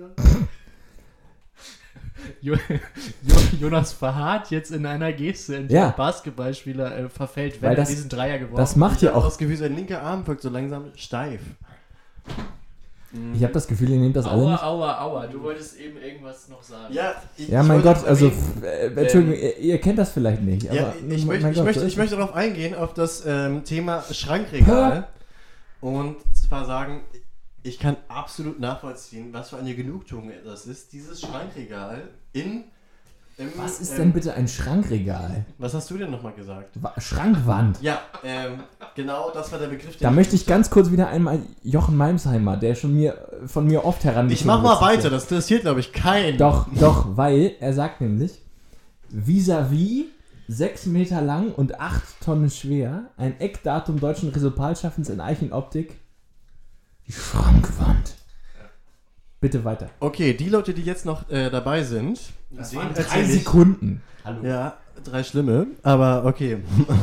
Speaker 4: Jonas verharrt jetzt in einer Geste, in der Basketballspieler verfällt, wenn er diesen Dreier geworfen hat.
Speaker 3: Das macht ja auch
Speaker 1: das Gefühl, sein linker Arm wirkt so langsam steif.
Speaker 3: Ich habe das Gefühl, ihr nehmt das alle nicht.
Speaker 4: Aua, du wolltest eben irgendwas noch sagen.
Speaker 3: Ja, mein Gott, also, Entschuldigung, ihr kennt das vielleicht nicht. Aber
Speaker 1: ich möchte darauf eingehen, auf das Thema Schrankregal. Und zwar sagen, ich kann absolut nachvollziehen, was für eine Genugtuung das ist, dieses Schrankregal
Speaker 3: Was ist denn bitte ein Schrankregal?
Speaker 1: Was hast du denn nochmal gesagt?
Speaker 3: Schrankwand.
Speaker 1: Ja, genau, das war der Begriff.
Speaker 3: Da möchte ich ganz kurz wieder einmal Jochen Malmsheimer, der von mir oft herangezogen
Speaker 1: Ich mach mal weiter, das interessiert, glaube ich, keinen.
Speaker 3: Doch, weil er sagt nämlich, vis-à-vis 6 Meter lang und 8 Tonnen schwer, ein Eckdatum deutschen Resultatschaffens in Eichenoptik, die Schrankwand. Bitte weiter.
Speaker 1: Okay, die Leute, die jetzt noch dabei sind,
Speaker 3: das waren 3 Sekunden.
Speaker 1: Hallo. Ja, 3 schlimme, aber okay.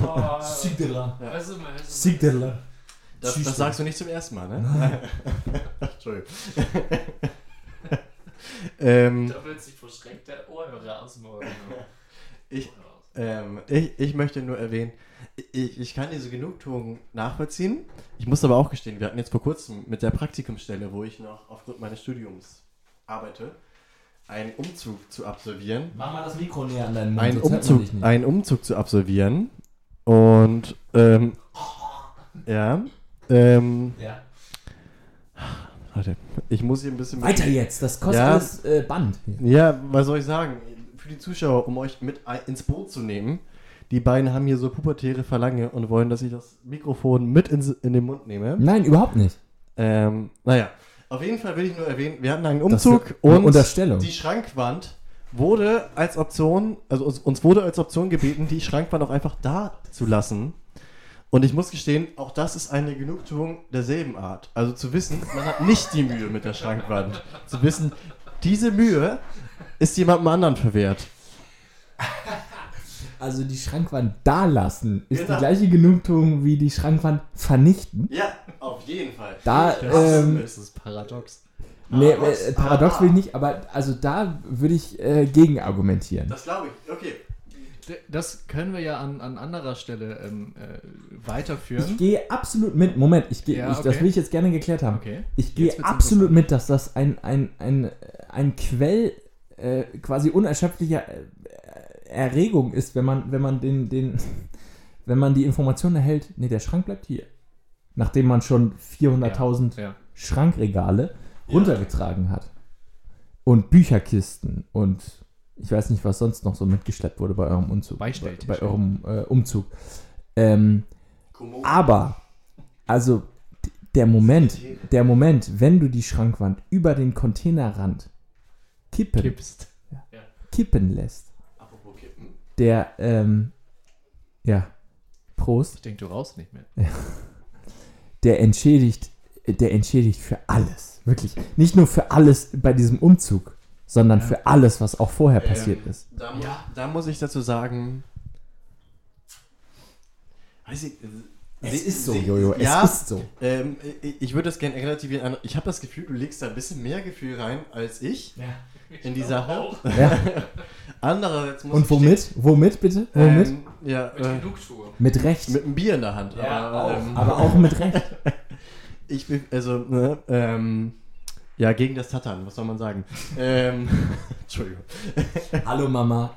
Speaker 3: Sigdela.
Speaker 1: Das sagst du nicht zum ersten Mal, ne? Entschuldigung.
Speaker 4: Da wird sich verschreckt der Ohrhörer aus dem Ohr.
Speaker 1: Ich möchte nur erwähnen, ich kann diese Genugtuung nachvollziehen. Ich muss aber auch gestehen, wir hatten jetzt vor kurzem mit der Praktikumsstelle, wo ich noch aufgrund meines Studiums arbeite, einen Umzug zu absolvieren.
Speaker 3: Mach mal das Mikro näher an deinen Mund.
Speaker 1: Einen Umzug zu absolvieren. Und, Warte, ich muss hier ein bisschen...
Speaker 3: Weiter jetzt, das kostet alles Band.
Speaker 1: Ja, was soll ich sagen? Für die Zuschauer, um euch mit ins Boot zu nehmen, die beiden haben hier so pubertäre Verlange und wollen, dass ich das Mikrofon mit in den Mund nehme.
Speaker 3: Nein, überhaupt nicht.
Speaker 1: Naja, auf jeden Fall will ich nur erwähnen, wir hatten einen Umzug und
Speaker 3: Unterstellung.
Speaker 1: Die Schrankwand wurde als Option, also uns wurde als Option gebeten, die Schrankwand auch einfach da zu lassen. Und ich muss gestehen, auch das ist eine Genugtuung derselben Art. Also zu wissen, man hat nicht die Mühe mit der Schrankwand. Zu wissen, diese Mühe ist jemandem anderen verwehrt.
Speaker 3: Also die Schrankwand da lassen ist
Speaker 1: Genau.
Speaker 3: die gleiche Genugtuung wie die Schrankwand vernichten.
Speaker 1: Ja, auf jeden Fall.
Speaker 3: Da,
Speaker 4: Das ist paradox.
Speaker 3: nee,
Speaker 1: Paradox.
Speaker 3: paradox
Speaker 1: Aha.
Speaker 3: will ich nicht, aber also da würde ich gegen argumentieren.
Speaker 1: Das glaube ich. Okay.
Speaker 4: Das können wir ja an anderer Stelle
Speaker 3: Ich
Speaker 4: weiterführen.
Speaker 3: gehe absolut mit, Moment,
Speaker 4: Ja,
Speaker 3: das
Speaker 4: okay.
Speaker 3: will ich jetzt gerne geklärt haben.
Speaker 4: Okay.
Speaker 3: Ich gehe
Speaker 4: Jetzt wird's
Speaker 3: absolut mit, dass das ein Quell quasi unerschöpflicher Erregung ist, wenn man wenn man die Information erhält, nee, der Schrank bleibt hier. Nachdem man schon 400.000
Speaker 4: Ja.
Speaker 3: Schrankregale runtergetragen hat. Und Bücherkisten und ich weiß nicht, was sonst noch so mitgeschleppt wurde bei eurem Umzug.
Speaker 4: Beistelltisch.
Speaker 3: Bei eurem Umzug.
Speaker 1: Komodo.
Speaker 3: Aber, also der Moment, wenn du die Schrankwand über den Containerrand
Speaker 4: Kippst.
Speaker 3: kippen lässt,
Speaker 1: Apropos Kippen.
Speaker 3: der, ja, Prost,
Speaker 4: Ich denke, du rauchst nicht mehr.
Speaker 3: der entschädigt für alles. Wirklich. Nicht nur für alles bei diesem Umzug, sondern für alles, was auch vorher passiert ist.
Speaker 1: Da muss ich dazu sagen, weiß ich,
Speaker 3: Es ist so, Jojo,
Speaker 1: ja,
Speaker 3: es ist so.
Speaker 1: ich würde das gerne relativieren. Ich habe das Gefühl, du legst da ein bisschen mehr Gefühl rein als ich in die Sache.
Speaker 3: Ja.
Speaker 1: Andererseits muss
Speaker 3: Und
Speaker 1: ich
Speaker 3: womit? Womit bitte? Womit?
Speaker 1: ja,
Speaker 4: Genugtuung.
Speaker 3: Mit Recht.
Speaker 1: mit einem Bier in der Hand.
Speaker 3: Aber auch mit Recht.
Speaker 1: Ich bin, also, ne, ja, gegen das Tattern, was soll man sagen? Entschuldigung.
Speaker 3: Hallo Mama.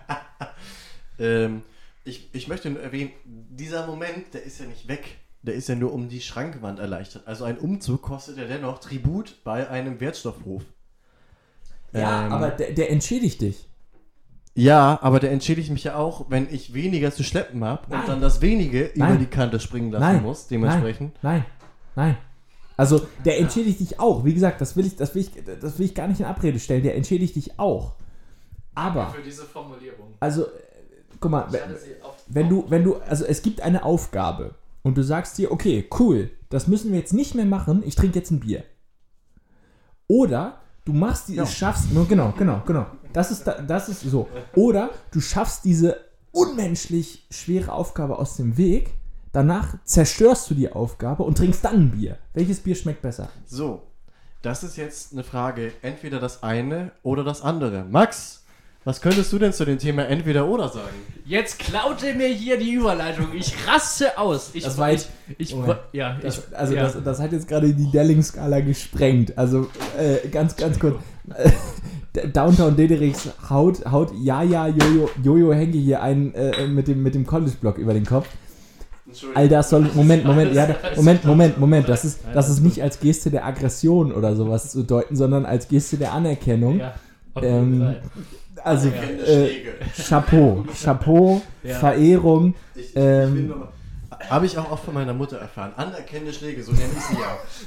Speaker 1: Ich möchte nur erwähnen, dieser Moment, der ist ja nicht weg. Der ist ja nur um die Schrankwand erleichtert. Also ein Umzug kostet ja dennoch Tribut bei einem Wertstoffhof.
Speaker 3: Ja, aber der entschädigt dich.
Speaker 1: Ja, aber der entschädigt mich ja auch, wenn ich weniger zu schleppen habe
Speaker 3: Nein.
Speaker 1: und dann das wenige über
Speaker 3: Nein.
Speaker 1: die Kante springen lassen
Speaker 3: Nein.
Speaker 1: muss, dementsprechend.
Speaker 3: Nein. Also, der entschädigt dich auch. Wie gesagt, das will ich gar nicht in Abrede stellen. Der entschädigt dich auch. Aber,
Speaker 4: Für diese Formulierung.
Speaker 3: also, guck mal, wenn du, also es gibt eine Aufgabe und du sagst dir, okay, cool, das müssen wir jetzt nicht mehr machen, ich trinke jetzt ein Bier. Oder du machst die, schaffst, genau, das ist so. Oder du schaffst diese unmenschlich schwere Aufgabe aus dem Weg, danach zerstörst du die Aufgabe und trinkst dann ein Bier. Welches Bier schmeckt besser?
Speaker 1: So, das ist jetzt eine Frage, entweder das eine oder das andere. Max, was könntest du denn zu dem Thema entweder oder sagen?
Speaker 4: Jetzt klaut er mir hier die Überleitung. Ich raste aus.
Speaker 3: Das war jetzt- Moment.
Speaker 4: Das
Speaker 3: Das hat jetzt gerade die Delling-Skala gesprengt. Also, ganz kurz. Downtown Dederichs Haut, Jojo Henke hier einen mit dem College-Block über den Kopf. All das soll, Moment, das ist nicht als Geste der Aggression oder sowas zu deuten, sondern als Geste der Anerkennung.
Speaker 4: Ja, auf jeden Fall.
Speaker 3: Also,
Speaker 1: Schläge.
Speaker 3: Chapeau,
Speaker 4: Ja.
Speaker 3: Verehrung.
Speaker 1: Habe ich auch oft von meiner Mutter erfahren. Anerkennende Schläge, so nenne ich sie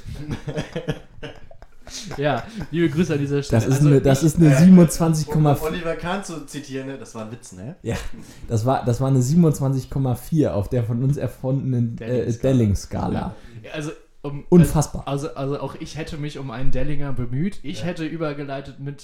Speaker 1: ja.
Speaker 4: Ja, liebe Grüße an dieser Stelle.
Speaker 3: Das ist eine
Speaker 1: Um
Speaker 3: 27,4.
Speaker 1: Oliver Kahn zu zitieren, ne? Das war ein Witz, ne?
Speaker 3: Ja, das war eine 27,4 auf der von uns erfundenen Delling-Skala.
Speaker 4: Also,
Speaker 3: Unfassbar.
Speaker 4: Also auch ich hätte mich um einen Dellinger bemüht. Ich hätte übergeleitet mit,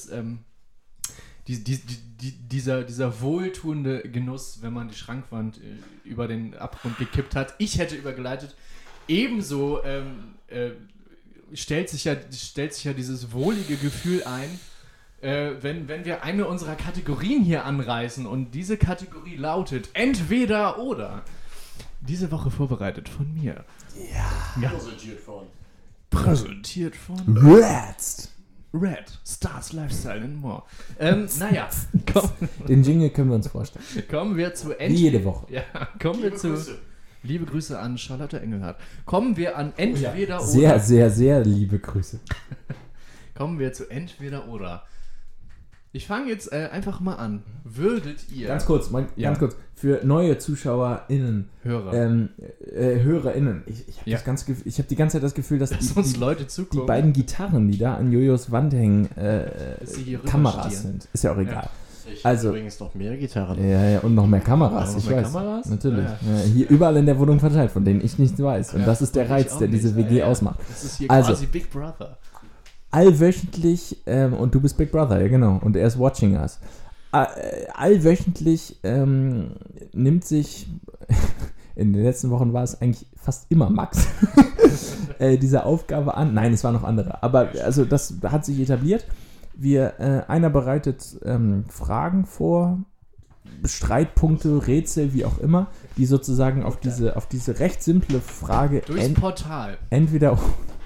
Speaker 4: dieser wohltuende Genuss, wenn man die Schrankwand über den Abgrund gekippt hat. Ich hätte übergeleitet. Ebenso stellt sich ja dieses wohlige Gefühl ein, wenn wir eine unserer Kategorien hier anreißen. Und diese Kategorie lautet entweder oder. Diese Woche vorbereitet von mir. Ja. Präsentiert von Red, Stars Lifestyle and more. Naja,
Speaker 3: Den Jingle können wir uns vorstellen.
Speaker 4: kommen wir zu
Speaker 3: Wie jede Woche.
Speaker 4: Ja, kommen wir zu. Liebe Grüße an Charlotte Engelhardt. Kommen wir an entweder oder.
Speaker 3: Sehr, sehr, sehr liebe Grüße.
Speaker 4: Kommen wir zu entweder oder. Ich fange jetzt einfach mal an. Würdet ihr
Speaker 3: Ganz kurz, für neue ZuschauerInnen,
Speaker 4: Hörer,
Speaker 3: HörerInnen, ich
Speaker 4: Ja.
Speaker 3: habe die ganze Zeit das Gefühl, dass
Speaker 4: dass uns Leute
Speaker 3: die
Speaker 4: zugucken,
Speaker 3: beiden Gitarren, die da an Jojos Wand hängen,
Speaker 4: dass sie hier
Speaker 3: Kameras
Speaker 4: rüberstieren.
Speaker 3: sind. Ist ja auch egal.
Speaker 1: Ich
Speaker 3: Also-
Speaker 1: habe übrigens noch mehr Gitarren.
Speaker 3: Ja, und noch mehr Kameras,
Speaker 4: Noch
Speaker 3: ich
Speaker 4: mehr
Speaker 3: weiß.
Speaker 4: Kameras?
Speaker 3: Natürlich.
Speaker 4: Ja.
Speaker 3: Ja, hier überall in der Wohnung verteilt, von denen ich nichts weiß. Und
Speaker 4: Ja,
Speaker 3: das ist der
Speaker 4: und ich
Speaker 3: Reiz,
Speaker 4: auch
Speaker 3: der diese
Speaker 4: nicht.
Speaker 3: WG
Speaker 4: Ja.
Speaker 3: ausmacht.
Speaker 4: Das ist hier
Speaker 3: Also-
Speaker 4: quasi Big Brother.
Speaker 3: Allwöchentlich, und du bist Big Brother, ja genau, und er ist watching us. Allwöchentlich nimmt sich, in den letzten Wochen war es eigentlich fast immer Max, diese Aufgabe an. Nein, es waren noch andere, aber also das hat sich etabliert. Einer bereitet Fragen vor, Streitpunkte, Rätsel, wie auch immer, die sozusagen auf diese recht simple Frage
Speaker 4: Durchs Portal.
Speaker 3: entweder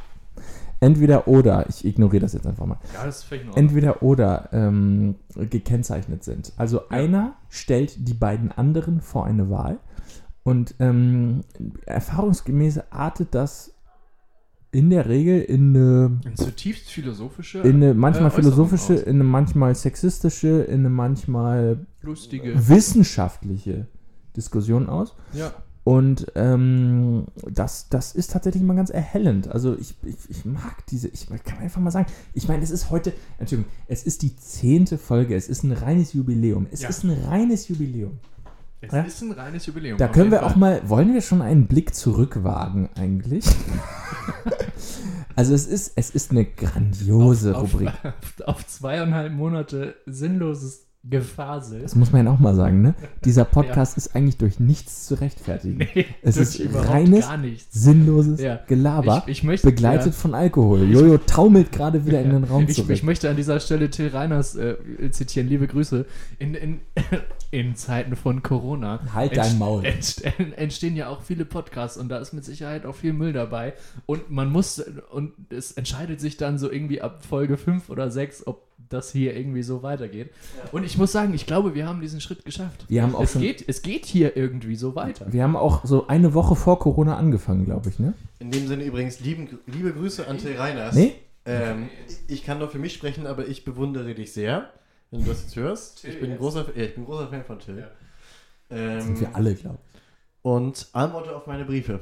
Speaker 3: oder, ich ignoriere das jetzt einfach mal,
Speaker 4: Ja, das ist völlig in Ordnung.
Speaker 3: entweder oder gekennzeichnet sind. Also einer stellt die beiden anderen vor eine Wahl und erfahrungsgemäß artet das in der Regel in
Speaker 4: Eine zutiefst philosophische,
Speaker 3: eine manchmal
Speaker 4: Äußerung
Speaker 3: philosophische,
Speaker 4: aus.
Speaker 3: in eine manchmal sexistische, in eine manchmal
Speaker 4: lustige.
Speaker 3: wissenschaftliche Diskussion aus.
Speaker 4: Ja.
Speaker 3: Und das ist tatsächlich mal ganz erhellend. Also ich mag ich kann einfach mal sagen, ich meine, es ist heute, Entschuldigung, es ist die 10. Folge, es ist ein reines Jubiläum. Es
Speaker 4: Ja.
Speaker 3: ist ein reines Jubiläum.
Speaker 4: Es
Speaker 3: Ja?
Speaker 4: ist ein reines Jubiläum.
Speaker 3: Da
Speaker 4: auf
Speaker 3: können
Speaker 4: jeden
Speaker 3: wir
Speaker 4: Fall.
Speaker 3: auch mal, wollen wir schon einen Blick zurückwagen eigentlich? Also es ist eine grandiose Rubrik.
Speaker 4: Auf 2,5 Monate sinnloses Gefasel.
Speaker 3: Das muss man ja auch mal sagen, ne? Dieser Podcast ist eigentlich durch nichts zu rechtfertigen.
Speaker 4: Nee,
Speaker 3: Es
Speaker 4: durch
Speaker 3: ist
Speaker 4: überhaupt
Speaker 3: reines,
Speaker 4: gar nichts.
Speaker 3: sinnloses
Speaker 4: Ja.
Speaker 3: Gelaber,
Speaker 4: Ich möchte,
Speaker 3: begleitet von Alkohol. Jojo taumelt gerade wieder in den Raum
Speaker 4: ich
Speaker 3: zurück.
Speaker 4: möchte an dieser Stelle Till Reiners zitieren. Liebe Grüße. In Zeiten von Corona
Speaker 3: Halt dein Maul.
Speaker 4: entstehen ja auch viele Podcasts und da ist mit Sicherheit auch viel Müll dabei. Und und es entscheidet sich dann so irgendwie ab Folge 5 oder 6, ob das hier irgendwie so weitergeht. Und ich muss sagen, ich glaube, wir haben diesen Schritt geschafft.
Speaker 3: Wir haben auch
Speaker 4: es
Speaker 3: schon-
Speaker 4: geht hier irgendwie so weiter.
Speaker 3: Wir haben auch so eine Woche vor Corona angefangen, glaube ich, ne?
Speaker 1: In dem Sinne übrigens liebe Grüße an Till Reiners.
Speaker 3: Nee?
Speaker 1: Ich kann nur für mich sprechen, aber ich bewundere dich sehr, wenn du das jetzt hörst.
Speaker 4: Till
Speaker 1: Ich bin ein
Speaker 4: jetzt.
Speaker 1: großer Fan von Till.
Speaker 4: Ja.
Speaker 3: Sind wir alle, glaube ich.
Speaker 1: Und antworte auf meine Briefe.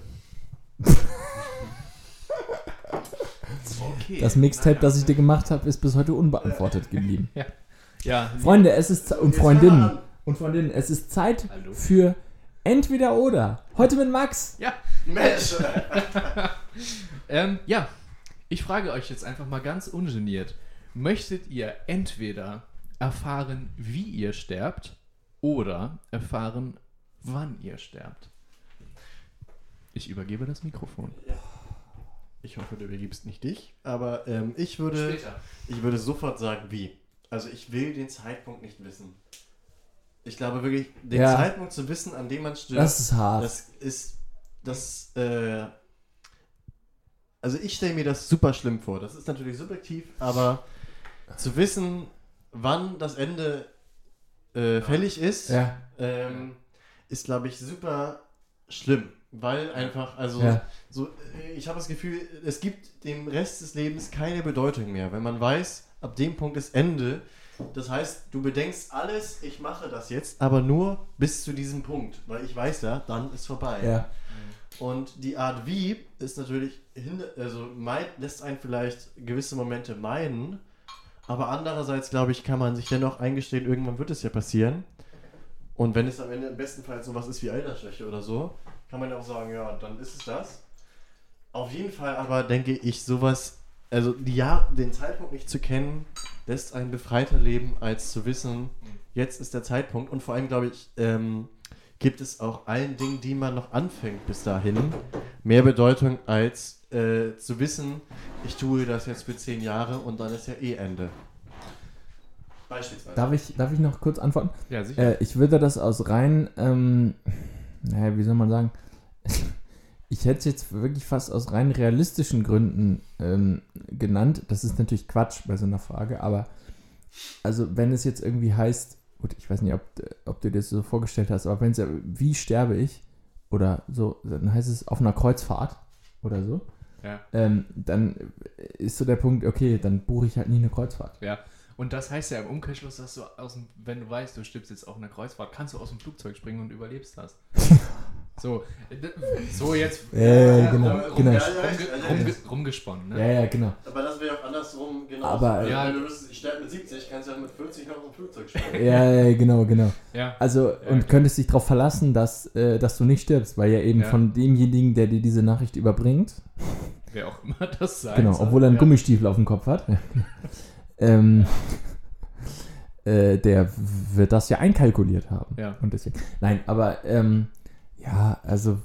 Speaker 4: Okay.
Speaker 3: Das Mixtape, das ich dir gemacht habe, ist bis heute unbeantwortet geblieben.
Speaker 4: Ja,
Speaker 3: Freunde, es ist und Freundinnen, es ist Zeit
Speaker 4: Hallo.
Speaker 3: für Entweder oder. Heute mit Max.
Speaker 4: Ja.
Speaker 1: Mensch!
Speaker 4: Ja, ich frage euch jetzt einfach mal ganz ungeniert. Möchtet ihr entweder erfahren, wie ihr sterbt oder erfahren, wann ihr sterbt? Ich übergebe das Mikrofon.
Speaker 1: Ich hoffe, du übergibst nicht dich, aber ich würde sofort sagen, wie. Also ich will den Zeitpunkt nicht wissen. Ich glaube wirklich, den
Speaker 3: Ja.
Speaker 1: Zeitpunkt zu wissen, an dem man stirbt,
Speaker 3: Das ist hart.
Speaker 1: Also ich stelle mir das super schlimm vor. Das ist natürlich subjektiv, aber zu wissen, wann das Ende fällig ist,
Speaker 3: Ja.
Speaker 1: ist, glaube ich, super schlimm. Weil einfach, also,
Speaker 3: Ja.
Speaker 1: ich habe das Gefühl, es gibt dem Rest des Lebens keine Bedeutung mehr. Wenn man weiß, ab dem Punkt ist Ende. Das heißt, du bedenkst alles, ich mache das jetzt, aber nur bis zu diesem Punkt. Weil ich weiß ja, dann ist vorbei.
Speaker 3: Ja.
Speaker 1: Und die Art wie ist natürlich, lässt einen vielleicht gewisse Momente meiden, aber andererseits, glaube ich, kann man sich dennoch eingestehen, irgendwann wird es ja passieren. Und wenn es am Ende im besten Fall sowas ist wie Altersschwäche oder so, kann man ja auch sagen, ja, dann ist es das. Auf jeden Fall aber denke ich, sowas, also den Zeitpunkt nicht zu kennen, lässt einen befreiter leben, als zu wissen, jetzt ist der Zeitpunkt. Und vor allem, glaube ich, gibt es auch allen Dingen, die man noch anfängt bis dahin, mehr Bedeutung als zu wissen, ich tue das jetzt für 10 Jahre und dann ist ja eh Ende. Beispielsweise.
Speaker 3: Darf ich noch kurz antworten?
Speaker 4: Ja, sicher.
Speaker 3: Ich würde das aus rein, wie soll man sagen, ich hätte es jetzt wirklich fast aus rein realistischen Gründen genannt. Das ist natürlich Quatsch bei so einer Frage, aber also wenn es jetzt irgendwie heißt, gut, ich weiß nicht, ob du dir das so vorgestellt hast, aber wenn es ja, wie sterbe ich oder so, dann heißt es auf einer Kreuzfahrt oder so,
Speaker 4: Ja.
Speaker 3: dann ist so der Punkt, okay, dann buche ich halt nie eine Kreuzfahrt.
Speaker 4: Ja. Und das heißt ja im Umkehrschluss, dass du wenn du weißt, du stirbst jetzt auf einer Kreuzfahrt, kannst du aus dem Flugzeug springen und überlebst das. So jetzt
Speaker 3: Ja, genau.
Speaker 1: Ja,
Speaker 3: Genau.
Speaker 1: ja,
Speaker 4: rumgesponnen, ne?
Speaker 3: Ja, genau.
Speaker 1: Aber das wäre auch anders andersrum genau.
Speaker 3: Aber-
Speaker 1: ja, du müsstest, ich sterbe mit 70, kannst du ja mit 40 noch im Flugzeug steigen.
Speaker 3: Ja, genau.
Speaker 4: Ja.
Speaker 3: Also, und könntest dich darauf verlassen, dass du nicht stirbst, weil ja eben
Speaker 4: Ja.
Speaker 3: von demjenigen, der dir diese Nachricht überbringt,
Speaker 4: Wer auch immer das sein
Speaker 3: genau,
Speaker 4: soll.
Speaker 3: obwohl er einen
Speaker 4: Ja.
Speaker 3: Gummistiefel auf dem Kopf hat, der wird das ja einkalkuliert haben.
Speaker 4: Ja.
Speaker 3: Und deswegen, nein, aber ja, also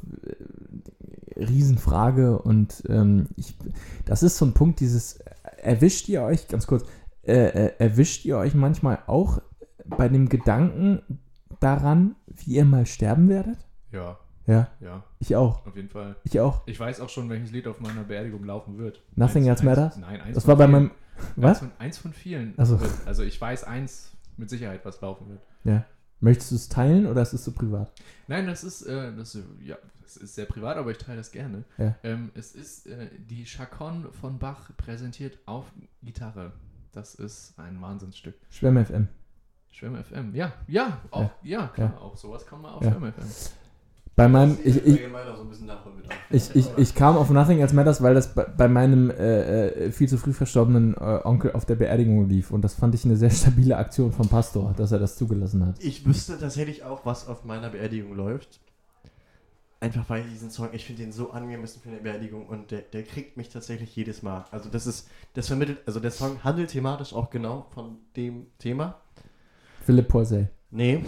Speaker 3: Riesenfrage und das ist so ein Punkt, erwischt ihr euch, ganz kurz, erwischt ihr euch manchmal auch bei dem Gedanken daran, wie ihr mal sterben werdet?
Speaker 4: Ja,
Speaker 3: Ja,
Speaker 4: ja,
Speaker 3: ich auch.
Speaker 4: auf jeden Fall.
Speaker 3: Ich auch.
Speaker 4: Ich weiß auch schon, welches Lied auf meiner Beerdigung laufen wird.
Speaker 3: Nothing Else Matters?
Speaker 4: Nein, eins
Speaker 3: Das
Speaker 4: von
Speaker 3: war bei
Speaker 4: vielen.
Speaker 3: meinem. Was?
Speaker 4: Eins von vielen.
Speaker 3: Ach so.
Speaker 4: Also ich weiß eins mit Sicherheit, was laufen wird.
Speaker 3: Ja. Möchtest du es teilen oder ist es so privat?
Speaker 4: Nein, das ist sehr privat, aber ich teile das gerne.
Speaker 3: Ja.
Speaker 4: Es ist die Chaconne von Bach präsentiert auf Gitarre. Das ist ein Wahnsinnsstück.
Speaker 3: Schwemm FM.
Speaker 4: Schwemm FM, ja, klar,
Speaker 3: Ja.
Speaker 4: auch sowas kann man auf
Speaker 3: Ja.
Speaker 4: Schwemm FM.
Speaker 3: Bei meinem.
Speaker 1: Das ist allgemeiner so ein bisschen Nachholbedarf.
Speaker 3: Ich kam auf Nothing Else Matters, weil das bei meinem viel zu früh verstorbenen Onkel auf der Beerdigung lief. Und das fand ich eine sehr stabile Aktion vom Pastor, dass er das zugelassen hat.
Speaker 1: Ich wüsste tatsächlich auch, was auf meiner Beerdigung läuft. Einfach weil ich diesen Song, ich finde den so angemessen für eine Beerdigung und der kriegt mich tatsächlich jedes Mal. Also das vermittelt, also der Song handelt thematisch auch genau von dem Thema.
Speaker 3: Philipp Porsey.
Speaker 1: Nee.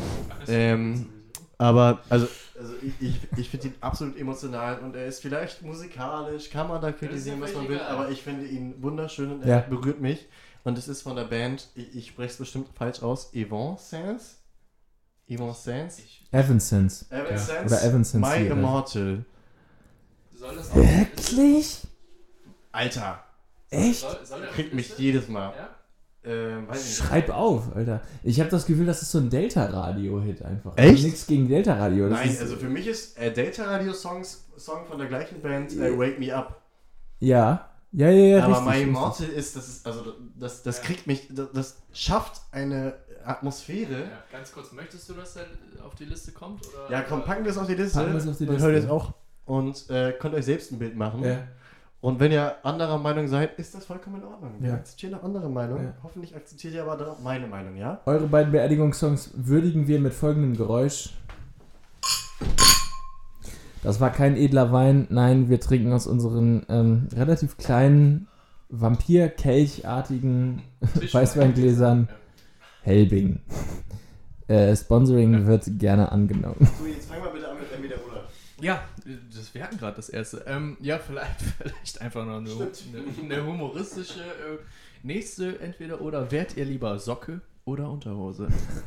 Speaker 1: Aber also ich finde ihn absolut emotional und er ist vielleicht musikalisch, kann man da kritisieren, was man will, aber ich finde ihn wunderschön und er berührt mich. Und es ist von der Band, ich spreche es bestimmt falsch aus, Evanescence?
Speaker 3: Evanescence. Oder Evanescence.
Speaker 1: My
Speaker 3: hier,
Speaker 1: Immortal.
Speaker 4: Soll das auch
Speaker 3: Wirklich?
Speaker 1: Alter,
Speaker 3: Echt?
Speaker 4: Soll der
Speaker 1: kriegt mich jedes Mal.
Speaker 4: Ja?
Speaker 1: Weiß ich nicht.
Speaker 3: Schreib auf, Alter. Ich habe das Gefühl, das ist so ein Delta-Radio-Hit einfach.
Speaker 1: Echt?
Speaker 3: Nichts gegen Delta-Radio. das
Speaker 1: Nein,
Speaker 3: ist,
Speaker 1: also für mich ist Delta Radio Song von der gleichen Band Wake Me Up.
Speaker 3: Ja,
Speaker 1: Aber
Speaker 3: richtig,
Speaker 1: My
Speaker 3: richtig.
Speaker 1: Immortal das kriegt mich, das schafft eine Atmosphäre.
Speaker 4: Ja, ganz kurz, möchtest du, dass er auf die Liste kommt? Oder?
Speaker 1: Ja, komm, packen wir es auf die Liste.
Speaker 3: Packen wir es auf die
Speaker 1: und
Speaker 3: Liste.
Speaker 1: hört es auch. Und könnt euch selbst ein Bild machen.
Speaker 3: Ja.
Speaker 1: Und wenn ihr anderer Meinung seid, ist das vollkommen in Ordnung. Wir
Speaker 3: Ja.
Speaker 1: akzeptieren auch andere Meinungen.
Speaker 3: Ja.
Speaker 1: Hoffentlich akzeptiert ihr aber dann auch meine Meinung, ja?
Speaker 3: Eure beiden Beerdigungssongs würdigen wir mit folgendem Geräusch. Das war kein edler Wein. Nein, wir trinken aus unseren relativ kleinen, Vampir-Kelchartigen Weißweingläsern Helbing. Sponsoring wird gerne angenommen.
Speaker 1: So, jetzt fangen wir bitte an mit entweder oder.
Speaker 4: Ja, wir hatten gerade das erste. Ja, vielleicht einfach noch eine humoristische nächste entweder oder. Wärt ihr lieber Socke oder Unterhose?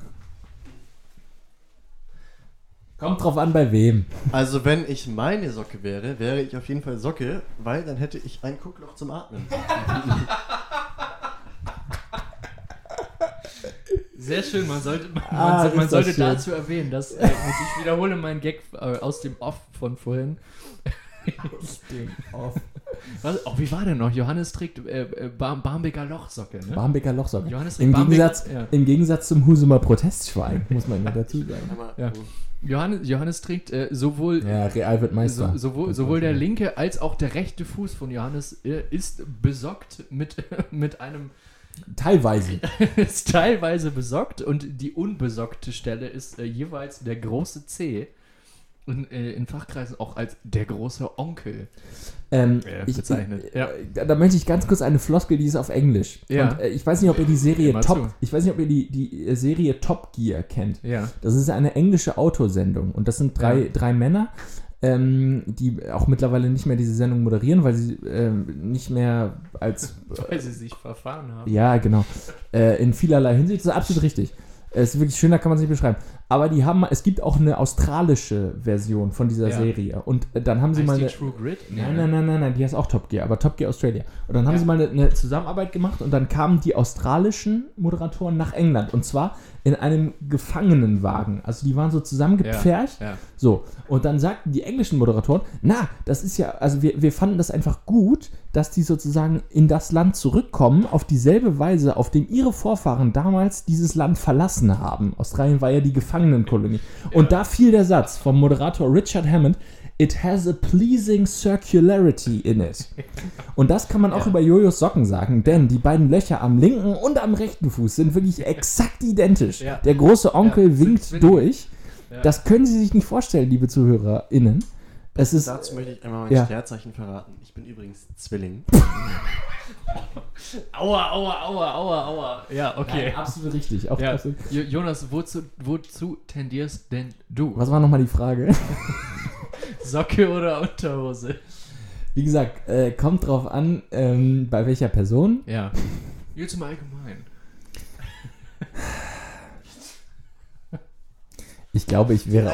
Speaker 3: Kommt drauf an, bei wem.
Speaker 1: Also wenn ich meine Socke wäre ich auf jeden Fall Socke, weil dann hätte ich ein Guckloch zum Atmen.
Speaker 4: Sehr schön, man sollte
Speaker 3: ist das schön.
Speaker 4: dazu erwähnen, dass, und ich wiederhole meinen Gag aus dem Off von vorhin. Wie war denn noch? Johannes trägt Barmbeker Lochsocke, ne?
Speaker 3: Barmbeker Lochsocke.
Speaker 4: Johannes trägt
Speaker 3: Im Gegensatz zum Husumer Protestschwein, muss man immer dazu sagen.
Speaker 4: Ja. Johannes trägt sowohl
Speaker 3: Ja, Real wird Meister.
Speaker 4: sowohl der linke als auch der rechte Fuß von Johannes ist besockt mit einem
Speaker 3: Teilweise.
Speaker 4: ist teilweise besockt und die unbesockte Stelle ist jeweils der große C und in Fachkreisen auch als der große Onkel bezeichnet. Ja.
Speaker 3: Da möchte ich ganz kurz eine Floskel, die ist auf Englisch.
Speaker 4: Ja.
Speaker 3: Und, ich weiß nicht, ob ihr die Serie
Speaker 4: Immer zu.
Speaker 3: ich weiß nicht, ob ihr die Serie Top Gear kennt.
Speaker 4: Ja.
Speaker 3: Das ist eine englische Autosendung und das sind drei Männer, die auch mittlerweile nicht mehr diese Sendung moderieren, weil sie nicht mehr als
Speaker 4: Weil sie sich verfahren haben.
Speaker 3: ja, genau. In vielerlei Hinsicht. Das ist absolut richtig. Es ist wirklich schön, da kann man es nicht beschreiben. Aber es gibt auch eine australische Version von dieser Serie. Und dann haben sie
Speaker 4: Heißt
Speaker 3: mal
Speaker 4: die
Speaker 3: eine.
Speaker 4: True Grit?
Speaker 3: Nein, die heißt auch Top Gear, aber Top Gear Australia. Und dann haben sie mal eine Zusammenarbeit gemacht und dann kamen die australischen Moderatoren nach England. Und zwar in einem Gefangenenwagen. Also die waren so zusammengepfercht.
Speaker 4: Ja.
Speaker 3: So, und dann sagten die englischen Moderatoren, das ist ja, also wir fanden das einfach gut, dass die sozusagen in das Land zurückkommen, auf dieselbe Weise, auf dem ihre Vorfahren damals dieses Land verlassen haben. Australien war ja die Gefangenschaft Gefangenenkolonie. Und da fiel der Satz vom Moderator Richard Hammond, it has a pleasing circularity in it. Und das kann man auch über Jojos Socken sagen, denn die beiden Löcher am linken und am rechten Fuß sind wirklich exakt identisch.
Speaker 4: Ja.
Speaker 3: Der große Onkel winkt
Speaker 4: Zwillinge.
Speaker 3: durch.
Speaker 4: Ja.
Speaker 3: Das können Sie sich nicht vorstellen, liebe ZuhörerInnen. Es ist,
Speaker 1: Dazu möchte ich einmal mein
Speaker 3: Ja.
Speaker 1: Sternzeichen verraten. Ich bin übrigens Zwilling.
Speaker 4: Aua. Ja, okay.
Speaker 3: Nein, absolut richtig. Auch
Speaker 4: Ja.
Speaker 3: absolut.
Speaker 4: Jonas, wozu tendierst denn du?
Speaker 3: Was war nochmal die Frage?
Speaker 4: Socke oder Unterhose?
Speaker 3: Wie gesagt, kommt drauf an, bei welcher Person.
Speaker 4: Ja. Jetzt im Allgemeinen.
Speaker 3: Ich glaube, ich wäre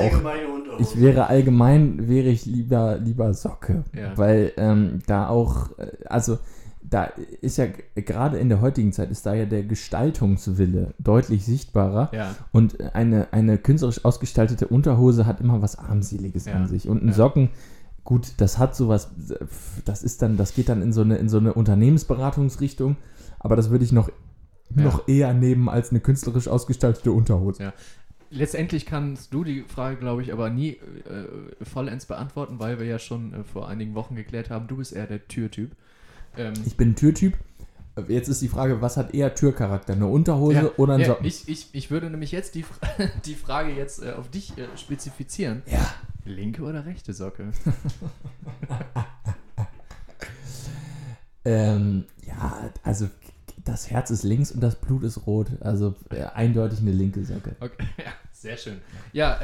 Speaker 3: lieber Socke.
Speaker 4: Ja.
Speaker 3: Weil da auch, also da ist ja gerade in der heutigen Zeit ist da ja der Gestaltungswille deutlich sichtbarer.
Speaker 4: Ja.
Speaker 3: Und eine künstlerisch ausgestaltete Unterhose hat immer was Armseliges
Speaker 4: Ja.
Speaker 3: an sich. Und ein
Speaker 4: Ja.
Speaker 3: Socken, gut, das hat sowas, das geht dann in so eine Unternehmensberatungsrichtung, aber das würde ich noch eher nehmen als eine künstlerisch ausgestaltete Unterhose.
Speaker 4: Ja. Letztendlich kannst du die Frage, glaube ich, aber nie vollends beantworten, weil wir ja schon vor einigen Wochen geklärt haben, du bist eher der Türtyp.
Speaker 3: Ich bin ein Türtyp. Jetzt ist die Frage, was hat eher Türcharakter? Eine Unterhose
Speaker 4: Ja,
Speaker 3: oder ein
Speaker 4: ja,
Speaker 3: Socken?
Speaker 4: ich würde nämlich jetzt die Frage jetzt auf dich spezifizieren.
Speaker 3: Ja.
Speaker 4: Linke oder rechte Socke?
Speaker 3: Ja, also das Herz ist links und das Blut ist rot. Also eindeutig eine linke Socke.
Speaker 4: Okay, ja, sehr schön. Ja,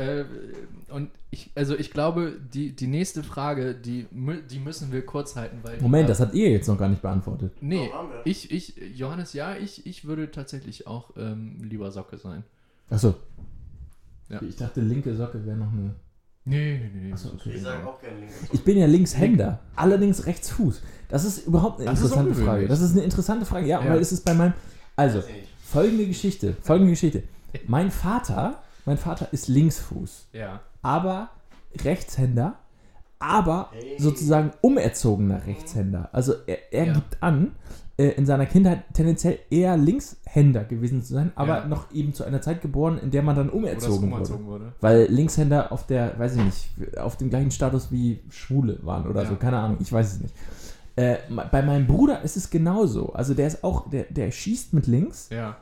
Speaker 4: und ich glaube, die nächste Frage, die müssen wir kurz halten, weil...
Speaker 3: Moment, das hat ihr jetzt noch gar nicht beantwortet.
Speaker 4: Nee,
Speaker 1: Oh, haben wir.
Speaker 4: Johannes, ja, ich würde tatsächlich auch lieber Socke sein.
Speaker 3: Achso.
Speaker 4: Ja.
Speaker 3: Ich dachte, linke Socke wäre noch eine...
Speaker 4: Nee.
Speaker 3: Achso, okay.
Speaker 1: Ich sage auch gerne links.
Speaker 3: Ich bin ja Linkshänder, allerdings Rechtsfuß. Das ist überhaupt eine
Speaker 4: Das ist
Speaker 3: interessante
Speaker 4: ungewöhnlich.
Speaker 3: Frage. Das ist eine interessante Frage, ja,
Speaker 4: Ja.
Speaker 3: weil es ist bei meinem... Also,
Speaker 1: Weiß ich nicht.
Speaker 3: folgende Geschichte. Mein Vater ist Linksfuß,
Speaker 4: Ja.
Speaker 3: aber Rechtshänder, aber
Speaker 1: Hey.
Speaker 3: sozusagen umerzogener Rechtshänder. Also er
Speaker 4: Ja.
Speaker 3: gibt an, in seiner Kindheit tendenziell eher Linkshänder gewesen zu sein, aber
Speaker 4: Ja.
Speaker 3: noch eben zu einer Zeit geboren, in der man dann
Speaker 4: Wo das
Speaker 3: umerzogen wurde.
Speaker 4: umerzogen wurde.
Speaker 3: Weil Linkshänder auf der, weiß ich nicht, auf dem gleichen Status wie Schwule waren oder
Speaker 4: Ja.
Speaker 3: so, keine Ahnung, ich weiß es nicht. Bei meinem Bruder ist es genauso. Also der ist auch, der schießt mit links,
Speaker 4: Ja.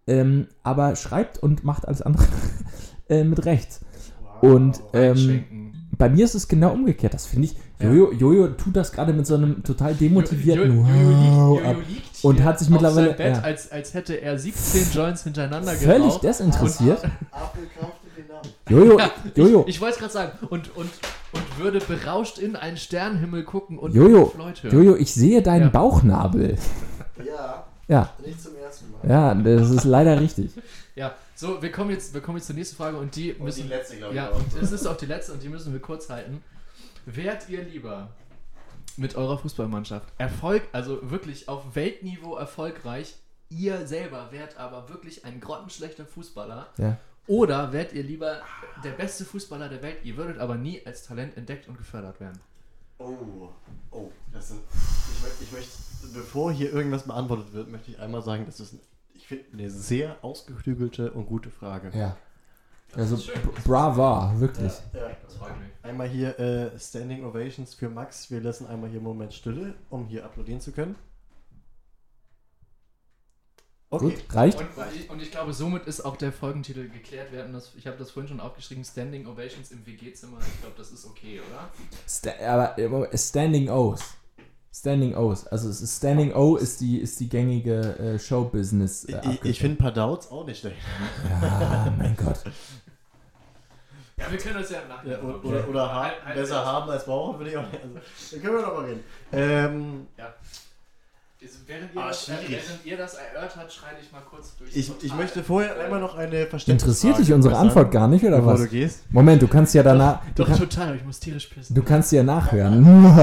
Speaker 3: aber schreibt und macht alles andere mit rechts.
Speaker 1: Wow.
Speaker 3: Und
Speaker 4: Einschenken.
Speaker 3: bei mir ist es genau umgekehrt. Das finde ich, Jojo tut das gerade mit so einem total demotivierten
Speaker 4: Jojo
Speaker 3: ab.
Speaker 4: liegt
Speaker 3: Und
Speaker 4: hier
Speaker 3: hat sich mittlerweile-
Speaker 4: auf seinem Bett,
Speaker 3: ja.
Speaker 4: als hätte er 17 Joints hintereinander
Speaker 3: Völlig
Speaker 4: geraucht.
Speaker 3: desinteressiert.
Speaker 1: Apfel kaufte den Namen.
Speaker 3: Jojo,
Speaker 4: Ja,
Speaker 3: Jojo,
Speaker 4: Ich wollte es gerade sagen. Und würde berauscht in einen Sternenhimmel gucken und
Speaker 3: Jojo,
Speaker 4: Floyd hören.
Speaker 3: Jojo, ich sehe deinen
Speaker 4: Ja.
Speaker 3: Bauchnabel.
Speaker 1: Ja,
Speaker 3: Ja,
Speaker 1: nicht zum ersten Mal.
Speaker 3: ja, das ist leider richtig.
Speaker 4: Ja, so, wir kommen jetzt zur nächsten Frage und die
Speaker 1: Und
Speaker 4: müssen...
Speaker 1: die letzte, glaube ich.
Speaker 4: Ja,
Speaker 1: auch.
Speaker 4: und es ist auch die letzte und die müssen wir kurz halten. Wärt ihr lieber mit eurer Fußballmannschaft also wirklich auf Weltniveau erfolgreich, ihr selber wärt aber wirklich ein grottenschlechter Fußballer,
Speaker 3: Ja.
Speaker 4: oder wärt ihr lieber der beste Fußballer der Welt, ihr würdet aber nie als Talent entdeckt und gefördert werden?
Speaker 1: Oh, das sind. Ich möchte, bevor hier irgendwas beantwortet wird, möchte ich einmal sagen, das ist, ich finde, eine sehr ausgeklügelte und gute Frage.
Speaker 3: Ja. Also, brava, wirklich.
Speaker 1: Ja.
Speaker 4: Das freut mich.
Speaker 1: Einmal hier Standing Ovations für Max. Wir lassen einmal hier einen Moment Stille, um hier applaudieren zu können. Okay.
Speaker 3: Gut, reicht?
Speaker 4: Und ich glaube, somit ist auch der Folgentitel geklärt. Ich habe das vorhin schon aufgeschrieben, Standing Ovations im WG-Zimmer. Ich glaube, das ist okay, oder?
Speaker 3: Aber Standing O's. Standing O's. Also es ist Standing O ist die gängige Showbusiness.
Speaker 1: Ich finde ein paar Doubts auch nicht schlecht.
Speaker 3: Ja, mein Gott.
Speaker 4: Ja, wir können das ja nachher.
Speaker 1: Ja, oder besser haben als brauchen, würde ich auch nicht. Also, da können wir noch mal reden.
Speaker 4: Ja. Während ihr das erörtert, schreite ich mal kurz durch.
Speaker 1: Ich möchte vorher einmal noch eine Verständnisfrage.
Speaker 3: Interessiert dich unsere
Speaker 1: äußern,
Speaker 3: Antwort gar nicht, oder
Speaker 1: bevor
Speaker 3: was?
Speaker 1: du gehst?
Speaker 3: Moment, du kannst ja danach.
Speaker 4: Doch, total, aber ich muss tierisch pissen.
Speaker 3: Du kannst ja nachhören.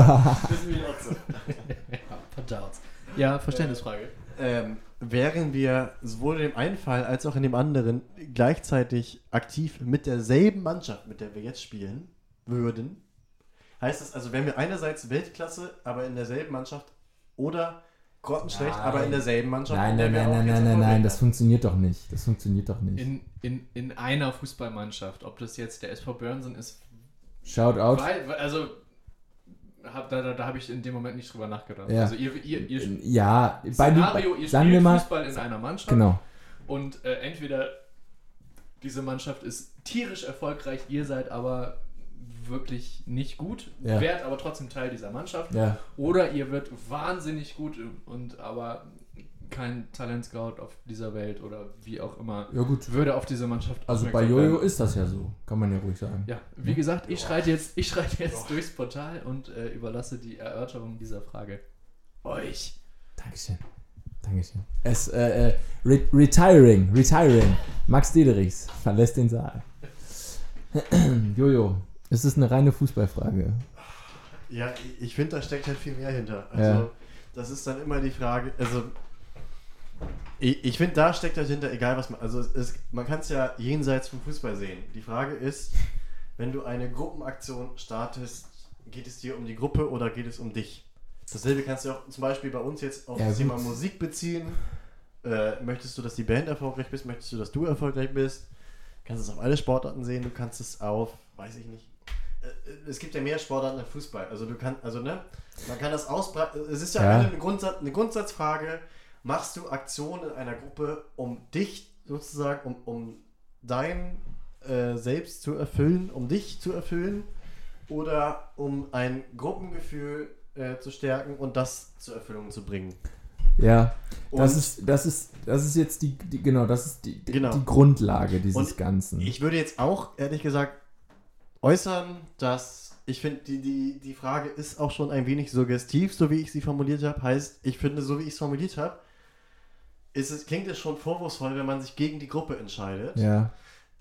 Speaker 4: Verdammt. Ja, Verständnisfrage.
Speaker 1: Wären wir sowohl in dem einen Fall als auch in dem anderen gleichzeitig aktiv mit derselben Mannschaft, mit der wir jetzt spielen würden, heißt das also, wären wir einerseits Weltklasse, aber in derselben Mannschaft, oder grottenschlecht, aber in derselben Mannschaft.
Speaker 3: Nein, das funktioniert doch nicht.
Speaker 4: In einer Fußballmannschaft, ob das jetzt der SV Börnsen ist,
Speaker 3: Shoutout.
Speaker 4: Da habe ich in dem Moment nicht drüber nachgedacht.
Speaker 3: Ja.
Speaker 4: Also ihr
Speaker 3: Szenario,
Speaker 4: ihr
Speaker 3: sagen
Speaker 4: spielt
Speaker 3: wir mal,
Speaker 4: Fußball in einer Mannschaft
Speaker 3: genau.
Speaker 4: und entweder diese Mannschaft ist tierisch erfolgreich, ihr seid aber wirklich nicht gut, werdet aber trotzdem Teil dieser Mannschaft, oder ihr wird wahnsinnig gut und aber kein Talentscout auf dieser Welt oder wie auch immer würde auf diese Mannschaft
Speaker 3: also bei Jojo ist das ja so, kann man ja ruhig sagen.
Speaker 4: Ja, wie gesagt, ich schreite jetzt durchs Portal und überlasse die Erörterung dieser Frage euch.
Speaker 3: Dankeschön. Retiring. Max Dederichs verlässt den Saal. Jojo, es ist eine reine Fußballfrage.
Speaker 1: Ja, ich finde, da steckt halt viel mehr hinter. Also, das ist dann immer die Frage, also ich finde, da steckt halt hinter, egal was man, also man kann es ja jenseits vom Fußball sehen. Die Frage ist, wenn du eine Gruppenaktion startest, geht es dir um die Gruppe oder geht es um dich? Dasselbe kannst du auch zum Beispiel bei uns jetzt auf das Thema Musik beziehen. Möchtest du, dass die Band erfolgreich bist? Möchtest du, dass du erfolgreich bist? Du kannst es auf alle Sportarten sehen. Du kannst es auf, weiß ich nicht. Es gibt ja mehr Sportarten als Fußball. Also man kann das ausbreiten. Es ist ja eine Grundsatzfrage. Machst du Aktionen in einer Gruppe, um dich sozusagen, um dein Selbst zu erfüllen, um dich zu erfüllen oder um ein Gruppengefühl zu stärken und das zur Erfüllung zu bringen?
Speaker 3: Ja, das ist jetzt die Grundlage dieses Ganzen.
Speaker 1: Ich würde jetzt auch, ehrlich gesagt, äußern, dass ich finde, die Frage ist auch schon ein wenig suggestiv, so wie ich sie formuliert habe. Heißt, ich finde, so wie ich es formuliert habe, klingt es schon vorwurfsvoll, wenn man sich gegen die Gruppe entscheidet.
Speaker 3: Ja.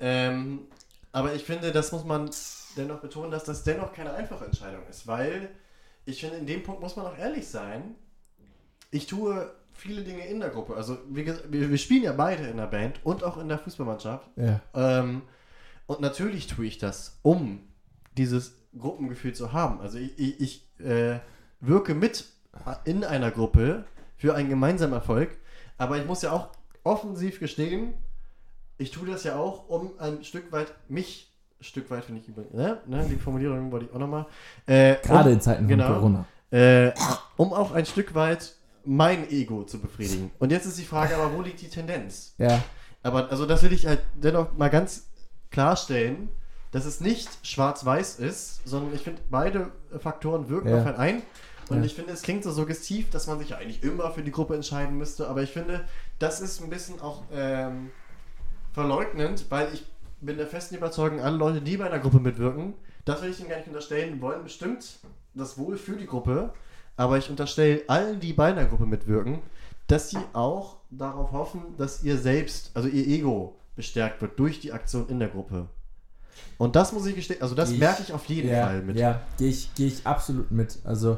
Speaker 1: Aber ich finde, das muss man dennoch betonen, dass das dennoch keine einfache Entscheidung ist, weil ich finde, in dem Punkt muss man auch ehrlich sein. Ich tue viele Dinge in der Gruppe. Also wir spielen ja beide in der Band und auch in der Fußballmannschaft.
Speaker 3: Ja.
Speaker 1: Und natürlich tue ich das, um dieses Gruppengefühl zu haben. Also ich wirke mit in einer Gruppe für einen gemeinsamen Erfolg, aber ich muss ja auch offensiv gestehen, ich tue das ja auch, um ein Stück weit finde ich die Formulierung wollte ich auch nochmal.
Speaker 3: Gerade in Zeiten von Corona.
Speaker 1: Um auch ein Stück weit mein Ego zu befriedigen. Und jetzt ist die Frage, aber wo liegt die Tendenz?
Speaker 3: Ja.
Speaker 1: Aber also das will ich halt dennoch mal ganz klarstellen, dass es nicht schwarz-weiß ist, sondern ich finde, beide Faktoren wirken auf einen ein. Und ich finde, es klingt so suggestiv, dass man sich ja eigentlich immer für die Gruppe entscheiden müsste, aber ich finde, das ist ein bisschen auch verleugnend, weil ich bin der festen Überzeugung, alle Leute, die bei einer Gruppe mitwirken, das will ich ihnen gar nicht unterstellen, wollen bestimmt das Wohl für die Gruppe, aber ich unterstelle allen, die bei einer Gruppe mitwirken, dass sie auch darauf hoffen, dass ihr selbst, also ihr Ego bestärkt wird durch die Aktion in der Gruppe. Und das muss ich gestehen, also das merke ich auf jeden Fall mit.
Speaker 3: Ja, gehe ich absolut mit. Also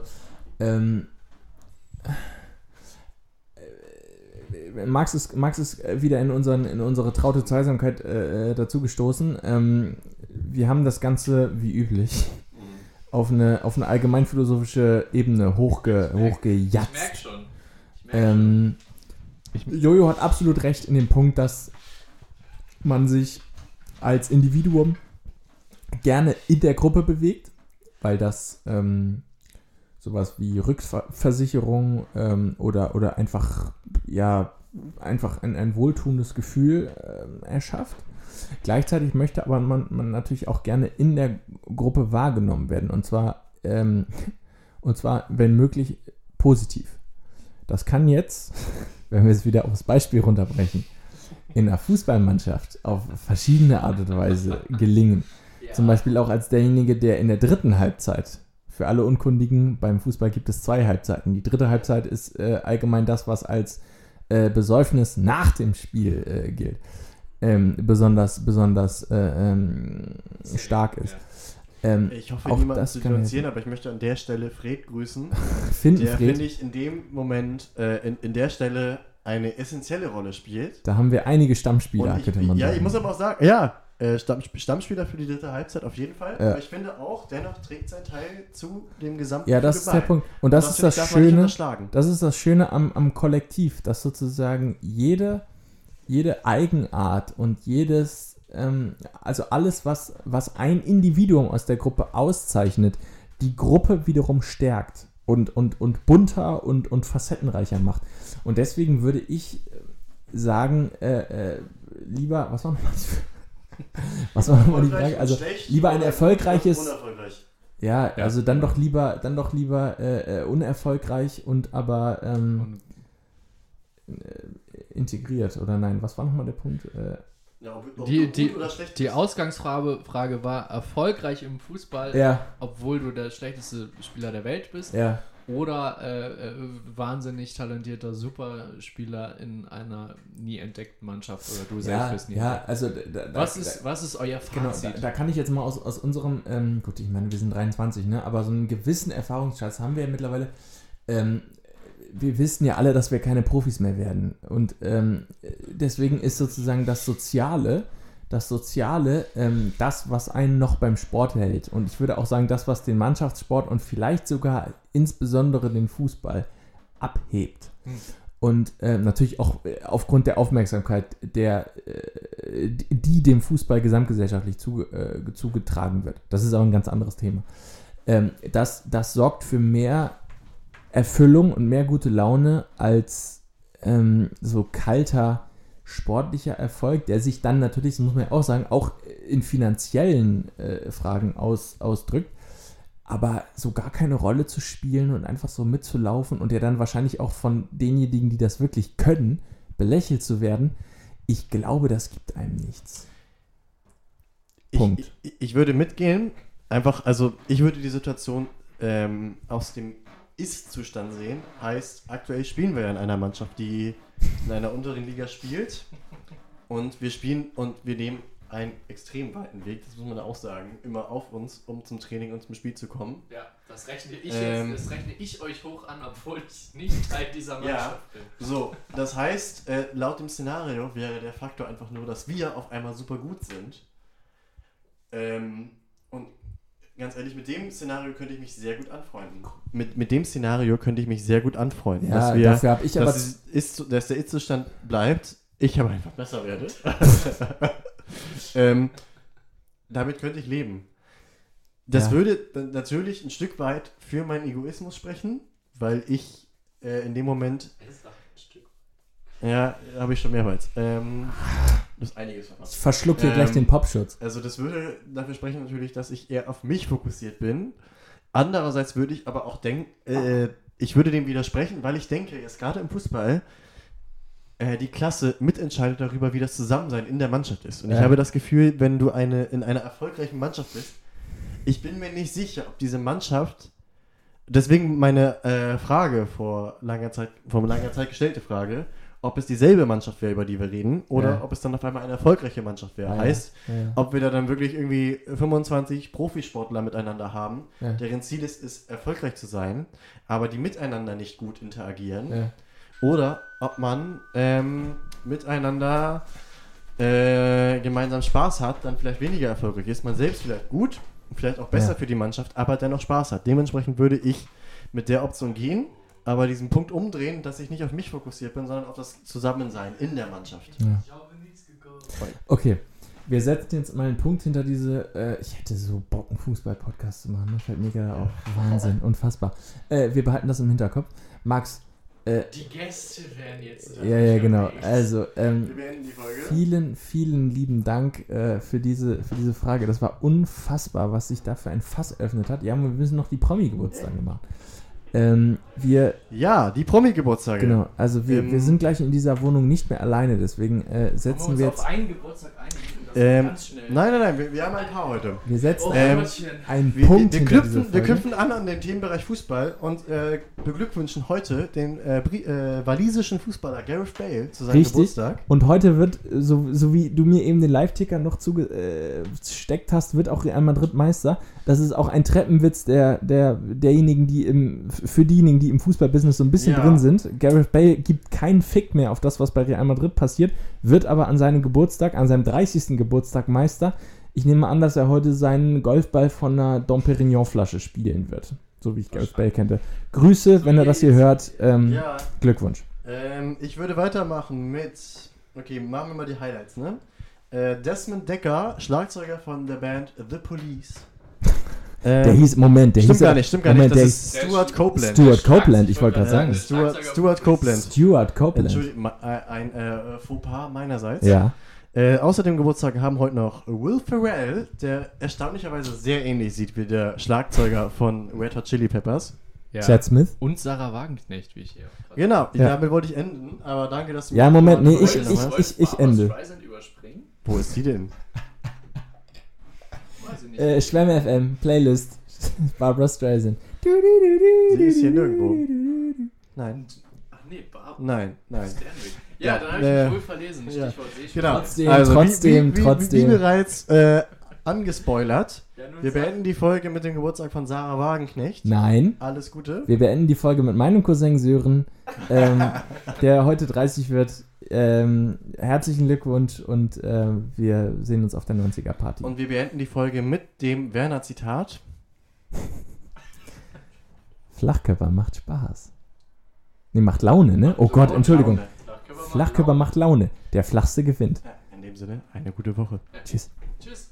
Speaker 3: Max ist wieder in unsere traute Zweisamkeit dazu gestoßen. Wir haben das Ganze wie üblich auf eine allgemeinphilosophische Ebene hochgejatzt.
Speaker 4: Ich merke schon.
Speaker 3: Jojo hat absolut recht in dem Punkt, dass man sich als Individuum gerne in der Gruppe bewegt, weil das sowas wie Rückversicherung oder einfach ein wohltuendes Gefühl erschafft. Gleichzeitig möchte aber man natürlich auch gerne in der Gruppe wahrgenommen werden und zwar wenn möglich positiv. Das kann jetzt, wenn wir es wieder aufs Beispiel runterbrechen, in einer Fußballmannschaft auf verschiedene Art und Weise gelingen. Ja. Zum Beispiel auch als derjenige, der in der dritten Halbzeit, für alle Unkundigen, beim Fußball gibt es 2 Halbzeiten. Die dritte Halbzeit ist allgemein das, was als Besäufnis nach dem Spiel gilt. Besonders stark ist.
Speaker 1: Ich hoffe, niemanden zu differenzieren, aber ich möchte an der Stelle Fred grüßen. Der, finde ich, in dem Moment, in der Stelle eine essentielle Rolle spielt.
Speaker 3: Da haben wir einige Stammspieler, könnte man sagen.
Speaker 1: Ja, ich muss aber auch sagen, Stammspieler für die dritte Halbzeit auf jeden Fall.
Speaker 3: Ja.
Speaker 1: Aber ich finde auch, dennoch trägt sein Teil zu dem gesamten
Speaker 3: Ja, das
Speaker 1: Spiel
Speaker 3: ist der
Speaker 1: bei.
Speaker 3: Punkt. Und das ist das
Speaker 1: darf man nicht
Speaker 3: Schöne.
Speaker 1: unterschlagen.
Speaker 3: Das ist das Schöne am Kollektiv, dass sozusagen jede Eigenart und jedes, also alles, was ein Individuum aus der Gruppe auszeichnet, die Gruppe wiederum stärkt und bunter und facettenreicher macht. Und deswegen würde ich sagen, lieber, was war nochmal die Frage? Also lieber ein erfolgreiches,
Speaker 1: Unerfolgreich.
Speaker 3: ja, also dann doch lieber unerfolgreich und aber integriert, oder nein, was war nochmal der Punkt?
Speaker 1: Ja, ob
Speaker 4: Die,
Speaker 1: du
Speaker 4: die,
Speaker 1: gut oder schlecht
Speaker 4: die
Speaker 1: bist.
Speaker 4: Ausgangsfrage war erfolgreich im Fußball,
Speaker 3: Ja,
Speaker 4: obwohl du der schlechteste Spieler der Welt bist,
Speaker 3: ja.
Speaker 4: oder wahnsinnig talentierter Superspieler in einer nie entdeckten Mannschaft, oder du selbst bist nie
Speaker 3: Ja,
Speaker 4: entdeckt.
Speaker 3: also
Speaker 4: Was ist euer
Speaker 3: genau,
Speaker 4: Fazit?
Speaker 3: da kann ich jetzt mal aus unserem, gut, ich meine, wir sind 23, ne, aber so einen gewissen Erfahrungsschatz haben wir ja mittlerweile. Wir wissen ja alle, dass wir keine Profis mehr werden. Und deswegen ist sozusagen das Soziale, das, was einen noch beim Sport hält. Und ich würde auch sagen, das, was den Mannschaftssport und vielleicht sogar insbesondere den Fußball abhebt. Und natürlich auch aufgrund der Aufmerksamkeit, die dem Fußball gesamtgesellschaftlich zugetragen wird. Das ist auch ein ganz anderes Thema. Das sorgt für mehr Erfüllung und mehr gute Laune als so kalter sportlicher Erfolg, der sich dann natürlich, das muss man ja auch sagen, auch in finanziellen Fragen ausdrückt, aber so gar keine Rolle zu spielen und einfach so mitzulaufen und ja dann wahrscheinlich auch von denjenigen, die das wirklich können, belächelt zu werden, ich glaube, das gibt einem nichts. Punkt.
Speaker 1: Ich würde mitgehen, einfach, also ich würde die Situation aus dem Ist-Zustand sehen. Heißt, aktuell spielen wir ja in einer Mannschaft, die in einer unteren Liga spielt und wir nehmen einen extrem weiten Weg, das muss man auch sagen, immer auf uns, um zum Training und zum Spiel zu kommen.
Speaker 4: Ja, das rechne ich euch hoch an, obwohl ich nicht Teil dieser Mannschaft bin.
Speaker 1: So, das heißt, laut dem Szenario wäre der Faktor einfach nur, dass wir auf einmal super gut sind. Und ganz ehrlich, mit dem Szenario könnte ich mich sehr gut anfreunden. Mit dem Szenario könnte ich mich sehr gut anfreunden.
Speaker 3: Ja,
Speaker 1: dass
Speaker 3: dafür habe ich aber...
Speaker 1: dass der Ist-Zustand bleibt, ich aber einfach besser werde. Damit könnte ich leben. Das würde natürlich ein Stück weit für meinen Egoismus sprechen, weil ich in dem Moment... Ja, habe ich schon mehrmals. Das ist einiges verpasst.
Speaker 3: Ich verschluck hier gleich den Popschutz.
Speaker 1: Also das würde dafür sprechen natürlich, dass ich eher auf mich fokussiert bin. Andererseits würde ich aber auch denken, ich würde dem widersprechen, weil ich denke, jetzt gerade im Fußball, die Klasse mitentscheidet darüber, wie das Zusammensein in der Mannschaft ist. Und ich habe das Gefühl, wenn du in einer erfolgreichen Mannschaft bist, ich bin mir nicht sicher, ob diese Mannschaft, deswegen meine Frage vor langer Zeit gestellte Frage, ob es dieselbe Mannschaft wäre, über die wir reden, oder ob es dann auf einmal eine erfolgreiche Mannschaft wäre. Heißt, ob wir da dann wirklich irgendwie 25 Profisportler miteinander haben, deren Ziel ist, erfolgreich zu sein, aber die miteinander nicht gut interagieren.
Speaker 3: Ja.
Speaker 1: Oder ob man miteinander gemeinsam Spaß hat, dann vielleicht weniger erfolgreich ist. Man selbst vielleicht gut, vielleicht auch besser für die Mannschaft, aber dennoch Spaß hat. Dementsprechend würde ich mit der Option gehen, aber diesen Punkt umdrehen, dass ich nicht auf mich fokussiert bin, sondern auf das Zusammensein in der Mannschaft.
Speaker 3: Ja. Okay, wir setzen jetzt mal einen Punkt hinter diese, ich hätte so Bock, einen Fußball-Podcast zu machen, das fällt mir gerade auf. Wahnsinn, unfassbar. Wir behalten das im Hinterkopf. Max,
Speaker 4: die Gäste werden jetzt...
Speaker 3: ja, genau. Also,
Speaker 1: Wir beenden die Folge.
Speaker 3: vielen lieben Dank für diese Frage. Das war unfassbar, was sich da für ein Fass eröffnet hat. Ja, wir müssen noch die Promi-Geburtstage machen.
Speaker 1: Die Promi-Geburtstage.
Speaker 3: Genau, also wir sind gleich in dieser Wohnung nicht mehr alleine, deswegen setzen wir jetzt...
Speaker 4: auf einen Geburtstag ein, ganz schnell.
Speaker 1: Nein, wir haben ein paar heute.
Speaker 3: Wir setzen einen
Speaker 1: Wir
Speaker 3: Punkt hinter diese
Speaker 1: wir
Speaker 3: Folge.
Speaker 1: knüpfen an den Themenbereich Fußball und beglückwünschen heute den walisischen Fußballer Gareth Bale zu seinem
Speaker 3: Richtig.
Speaker 1: Geburtstag.
Speaker 3: Und heute wird, so wie du mir eben den Live-Ticker noch zugesteckt hast, wird auch Real Madrid Meister. das ist auch ein Treppenwitz derjenigen, für diejenigen, die im Fußballbusiness so ein bisschen drin sind. Gareth Bale gibt keinen Fick mehr auf das, was bei Real Madrid passiert, wird aber an seinem Geburtstag, an seinem 30. Geburtstag Meister. Ich nehme an, dass er heute seinen Golfball von einer Dom Perignon Flasche spielen wird. So wie ich Gareth Bale kannte. Grüße, so wenn er das hier hört. Glückwunsch.
Speaker 1: Ich würde weitermachen mit... Okay, machen wir mal die Highlights, ne? Desmond Decker, Schlagzeuger von der Band The Police.
Speaker 3: Der hieß,
Speaker 1: Stimmt gar nicht. Das ist Stuart Copeland.
Speaker 3: Stuart Copeland, ich wollte gerade sagen.
Speaker 1: Stuart Copeland.
Speaker 3: Stuart Copeland.
Speaker 1: Entschuldigung, ein Fauxpas meinerseits.
Speaker 3: Ja.
Speaker 1: Außerdem Geburtstag haben heute noch Will Ferrell, der erstaunlicherweise sehr ähnlich sieht wie der Schlagzeuger von Red Hot Chili Peppers.
Speaker 4: Ja.
Speaker 3: Chad Smith.
Speaker 4: Und Sarah Wagenknecht, wie ich hier.
Speaker 1: Genau, damit wollte ich enden, aber danke, dass du...
Speaker 3: Ja, Moment, nee, ich ende.
Speaker 1: Wo ist die denn?
Speaker 4: Weiß ich nicht.
Speaker 3: Schwemme FM, Playlist, Barbra Streisand.
Speaker 1: Sie ist hier nirgendwo. Nein.
Speaker 4: Ach nee, Barbara.
Speaker 1: Nein.
Speaker 4: Ja, dann habe ich mich wohl verlesen. Stichwort Seeschwimmen.
Speaker 1: Genau.
Speaker 3: Trotzdem.
Speaker 1: Wie bereits angespoilert, wir beenden die Folge mit dem Geburtstag von Sarah Wagenknecht.
Speaker 3: Nein.
Speaker 1: Alles Gute.
Speaker 3: Wir beenden die Folge mit meinem Cousin Sören, der heute 30 wird. Herzlichen Glückwunsch und wir sehen uns auf der 90er-Party.
Speaker 1: Und wir beenden die Folge mit dem Werner-Zitat.
Speaker 3: Flachkörper macht Spaß. Nee, macht Laune, ne? Oh Gott, Entschuldigung. Flachkörper macht Laune. Der Flachste gewinnt.
Speaker 1: In dem Sinne, eine gute Woche.
Speaker 3: Tschüss.
Speaker 4: Tschüss.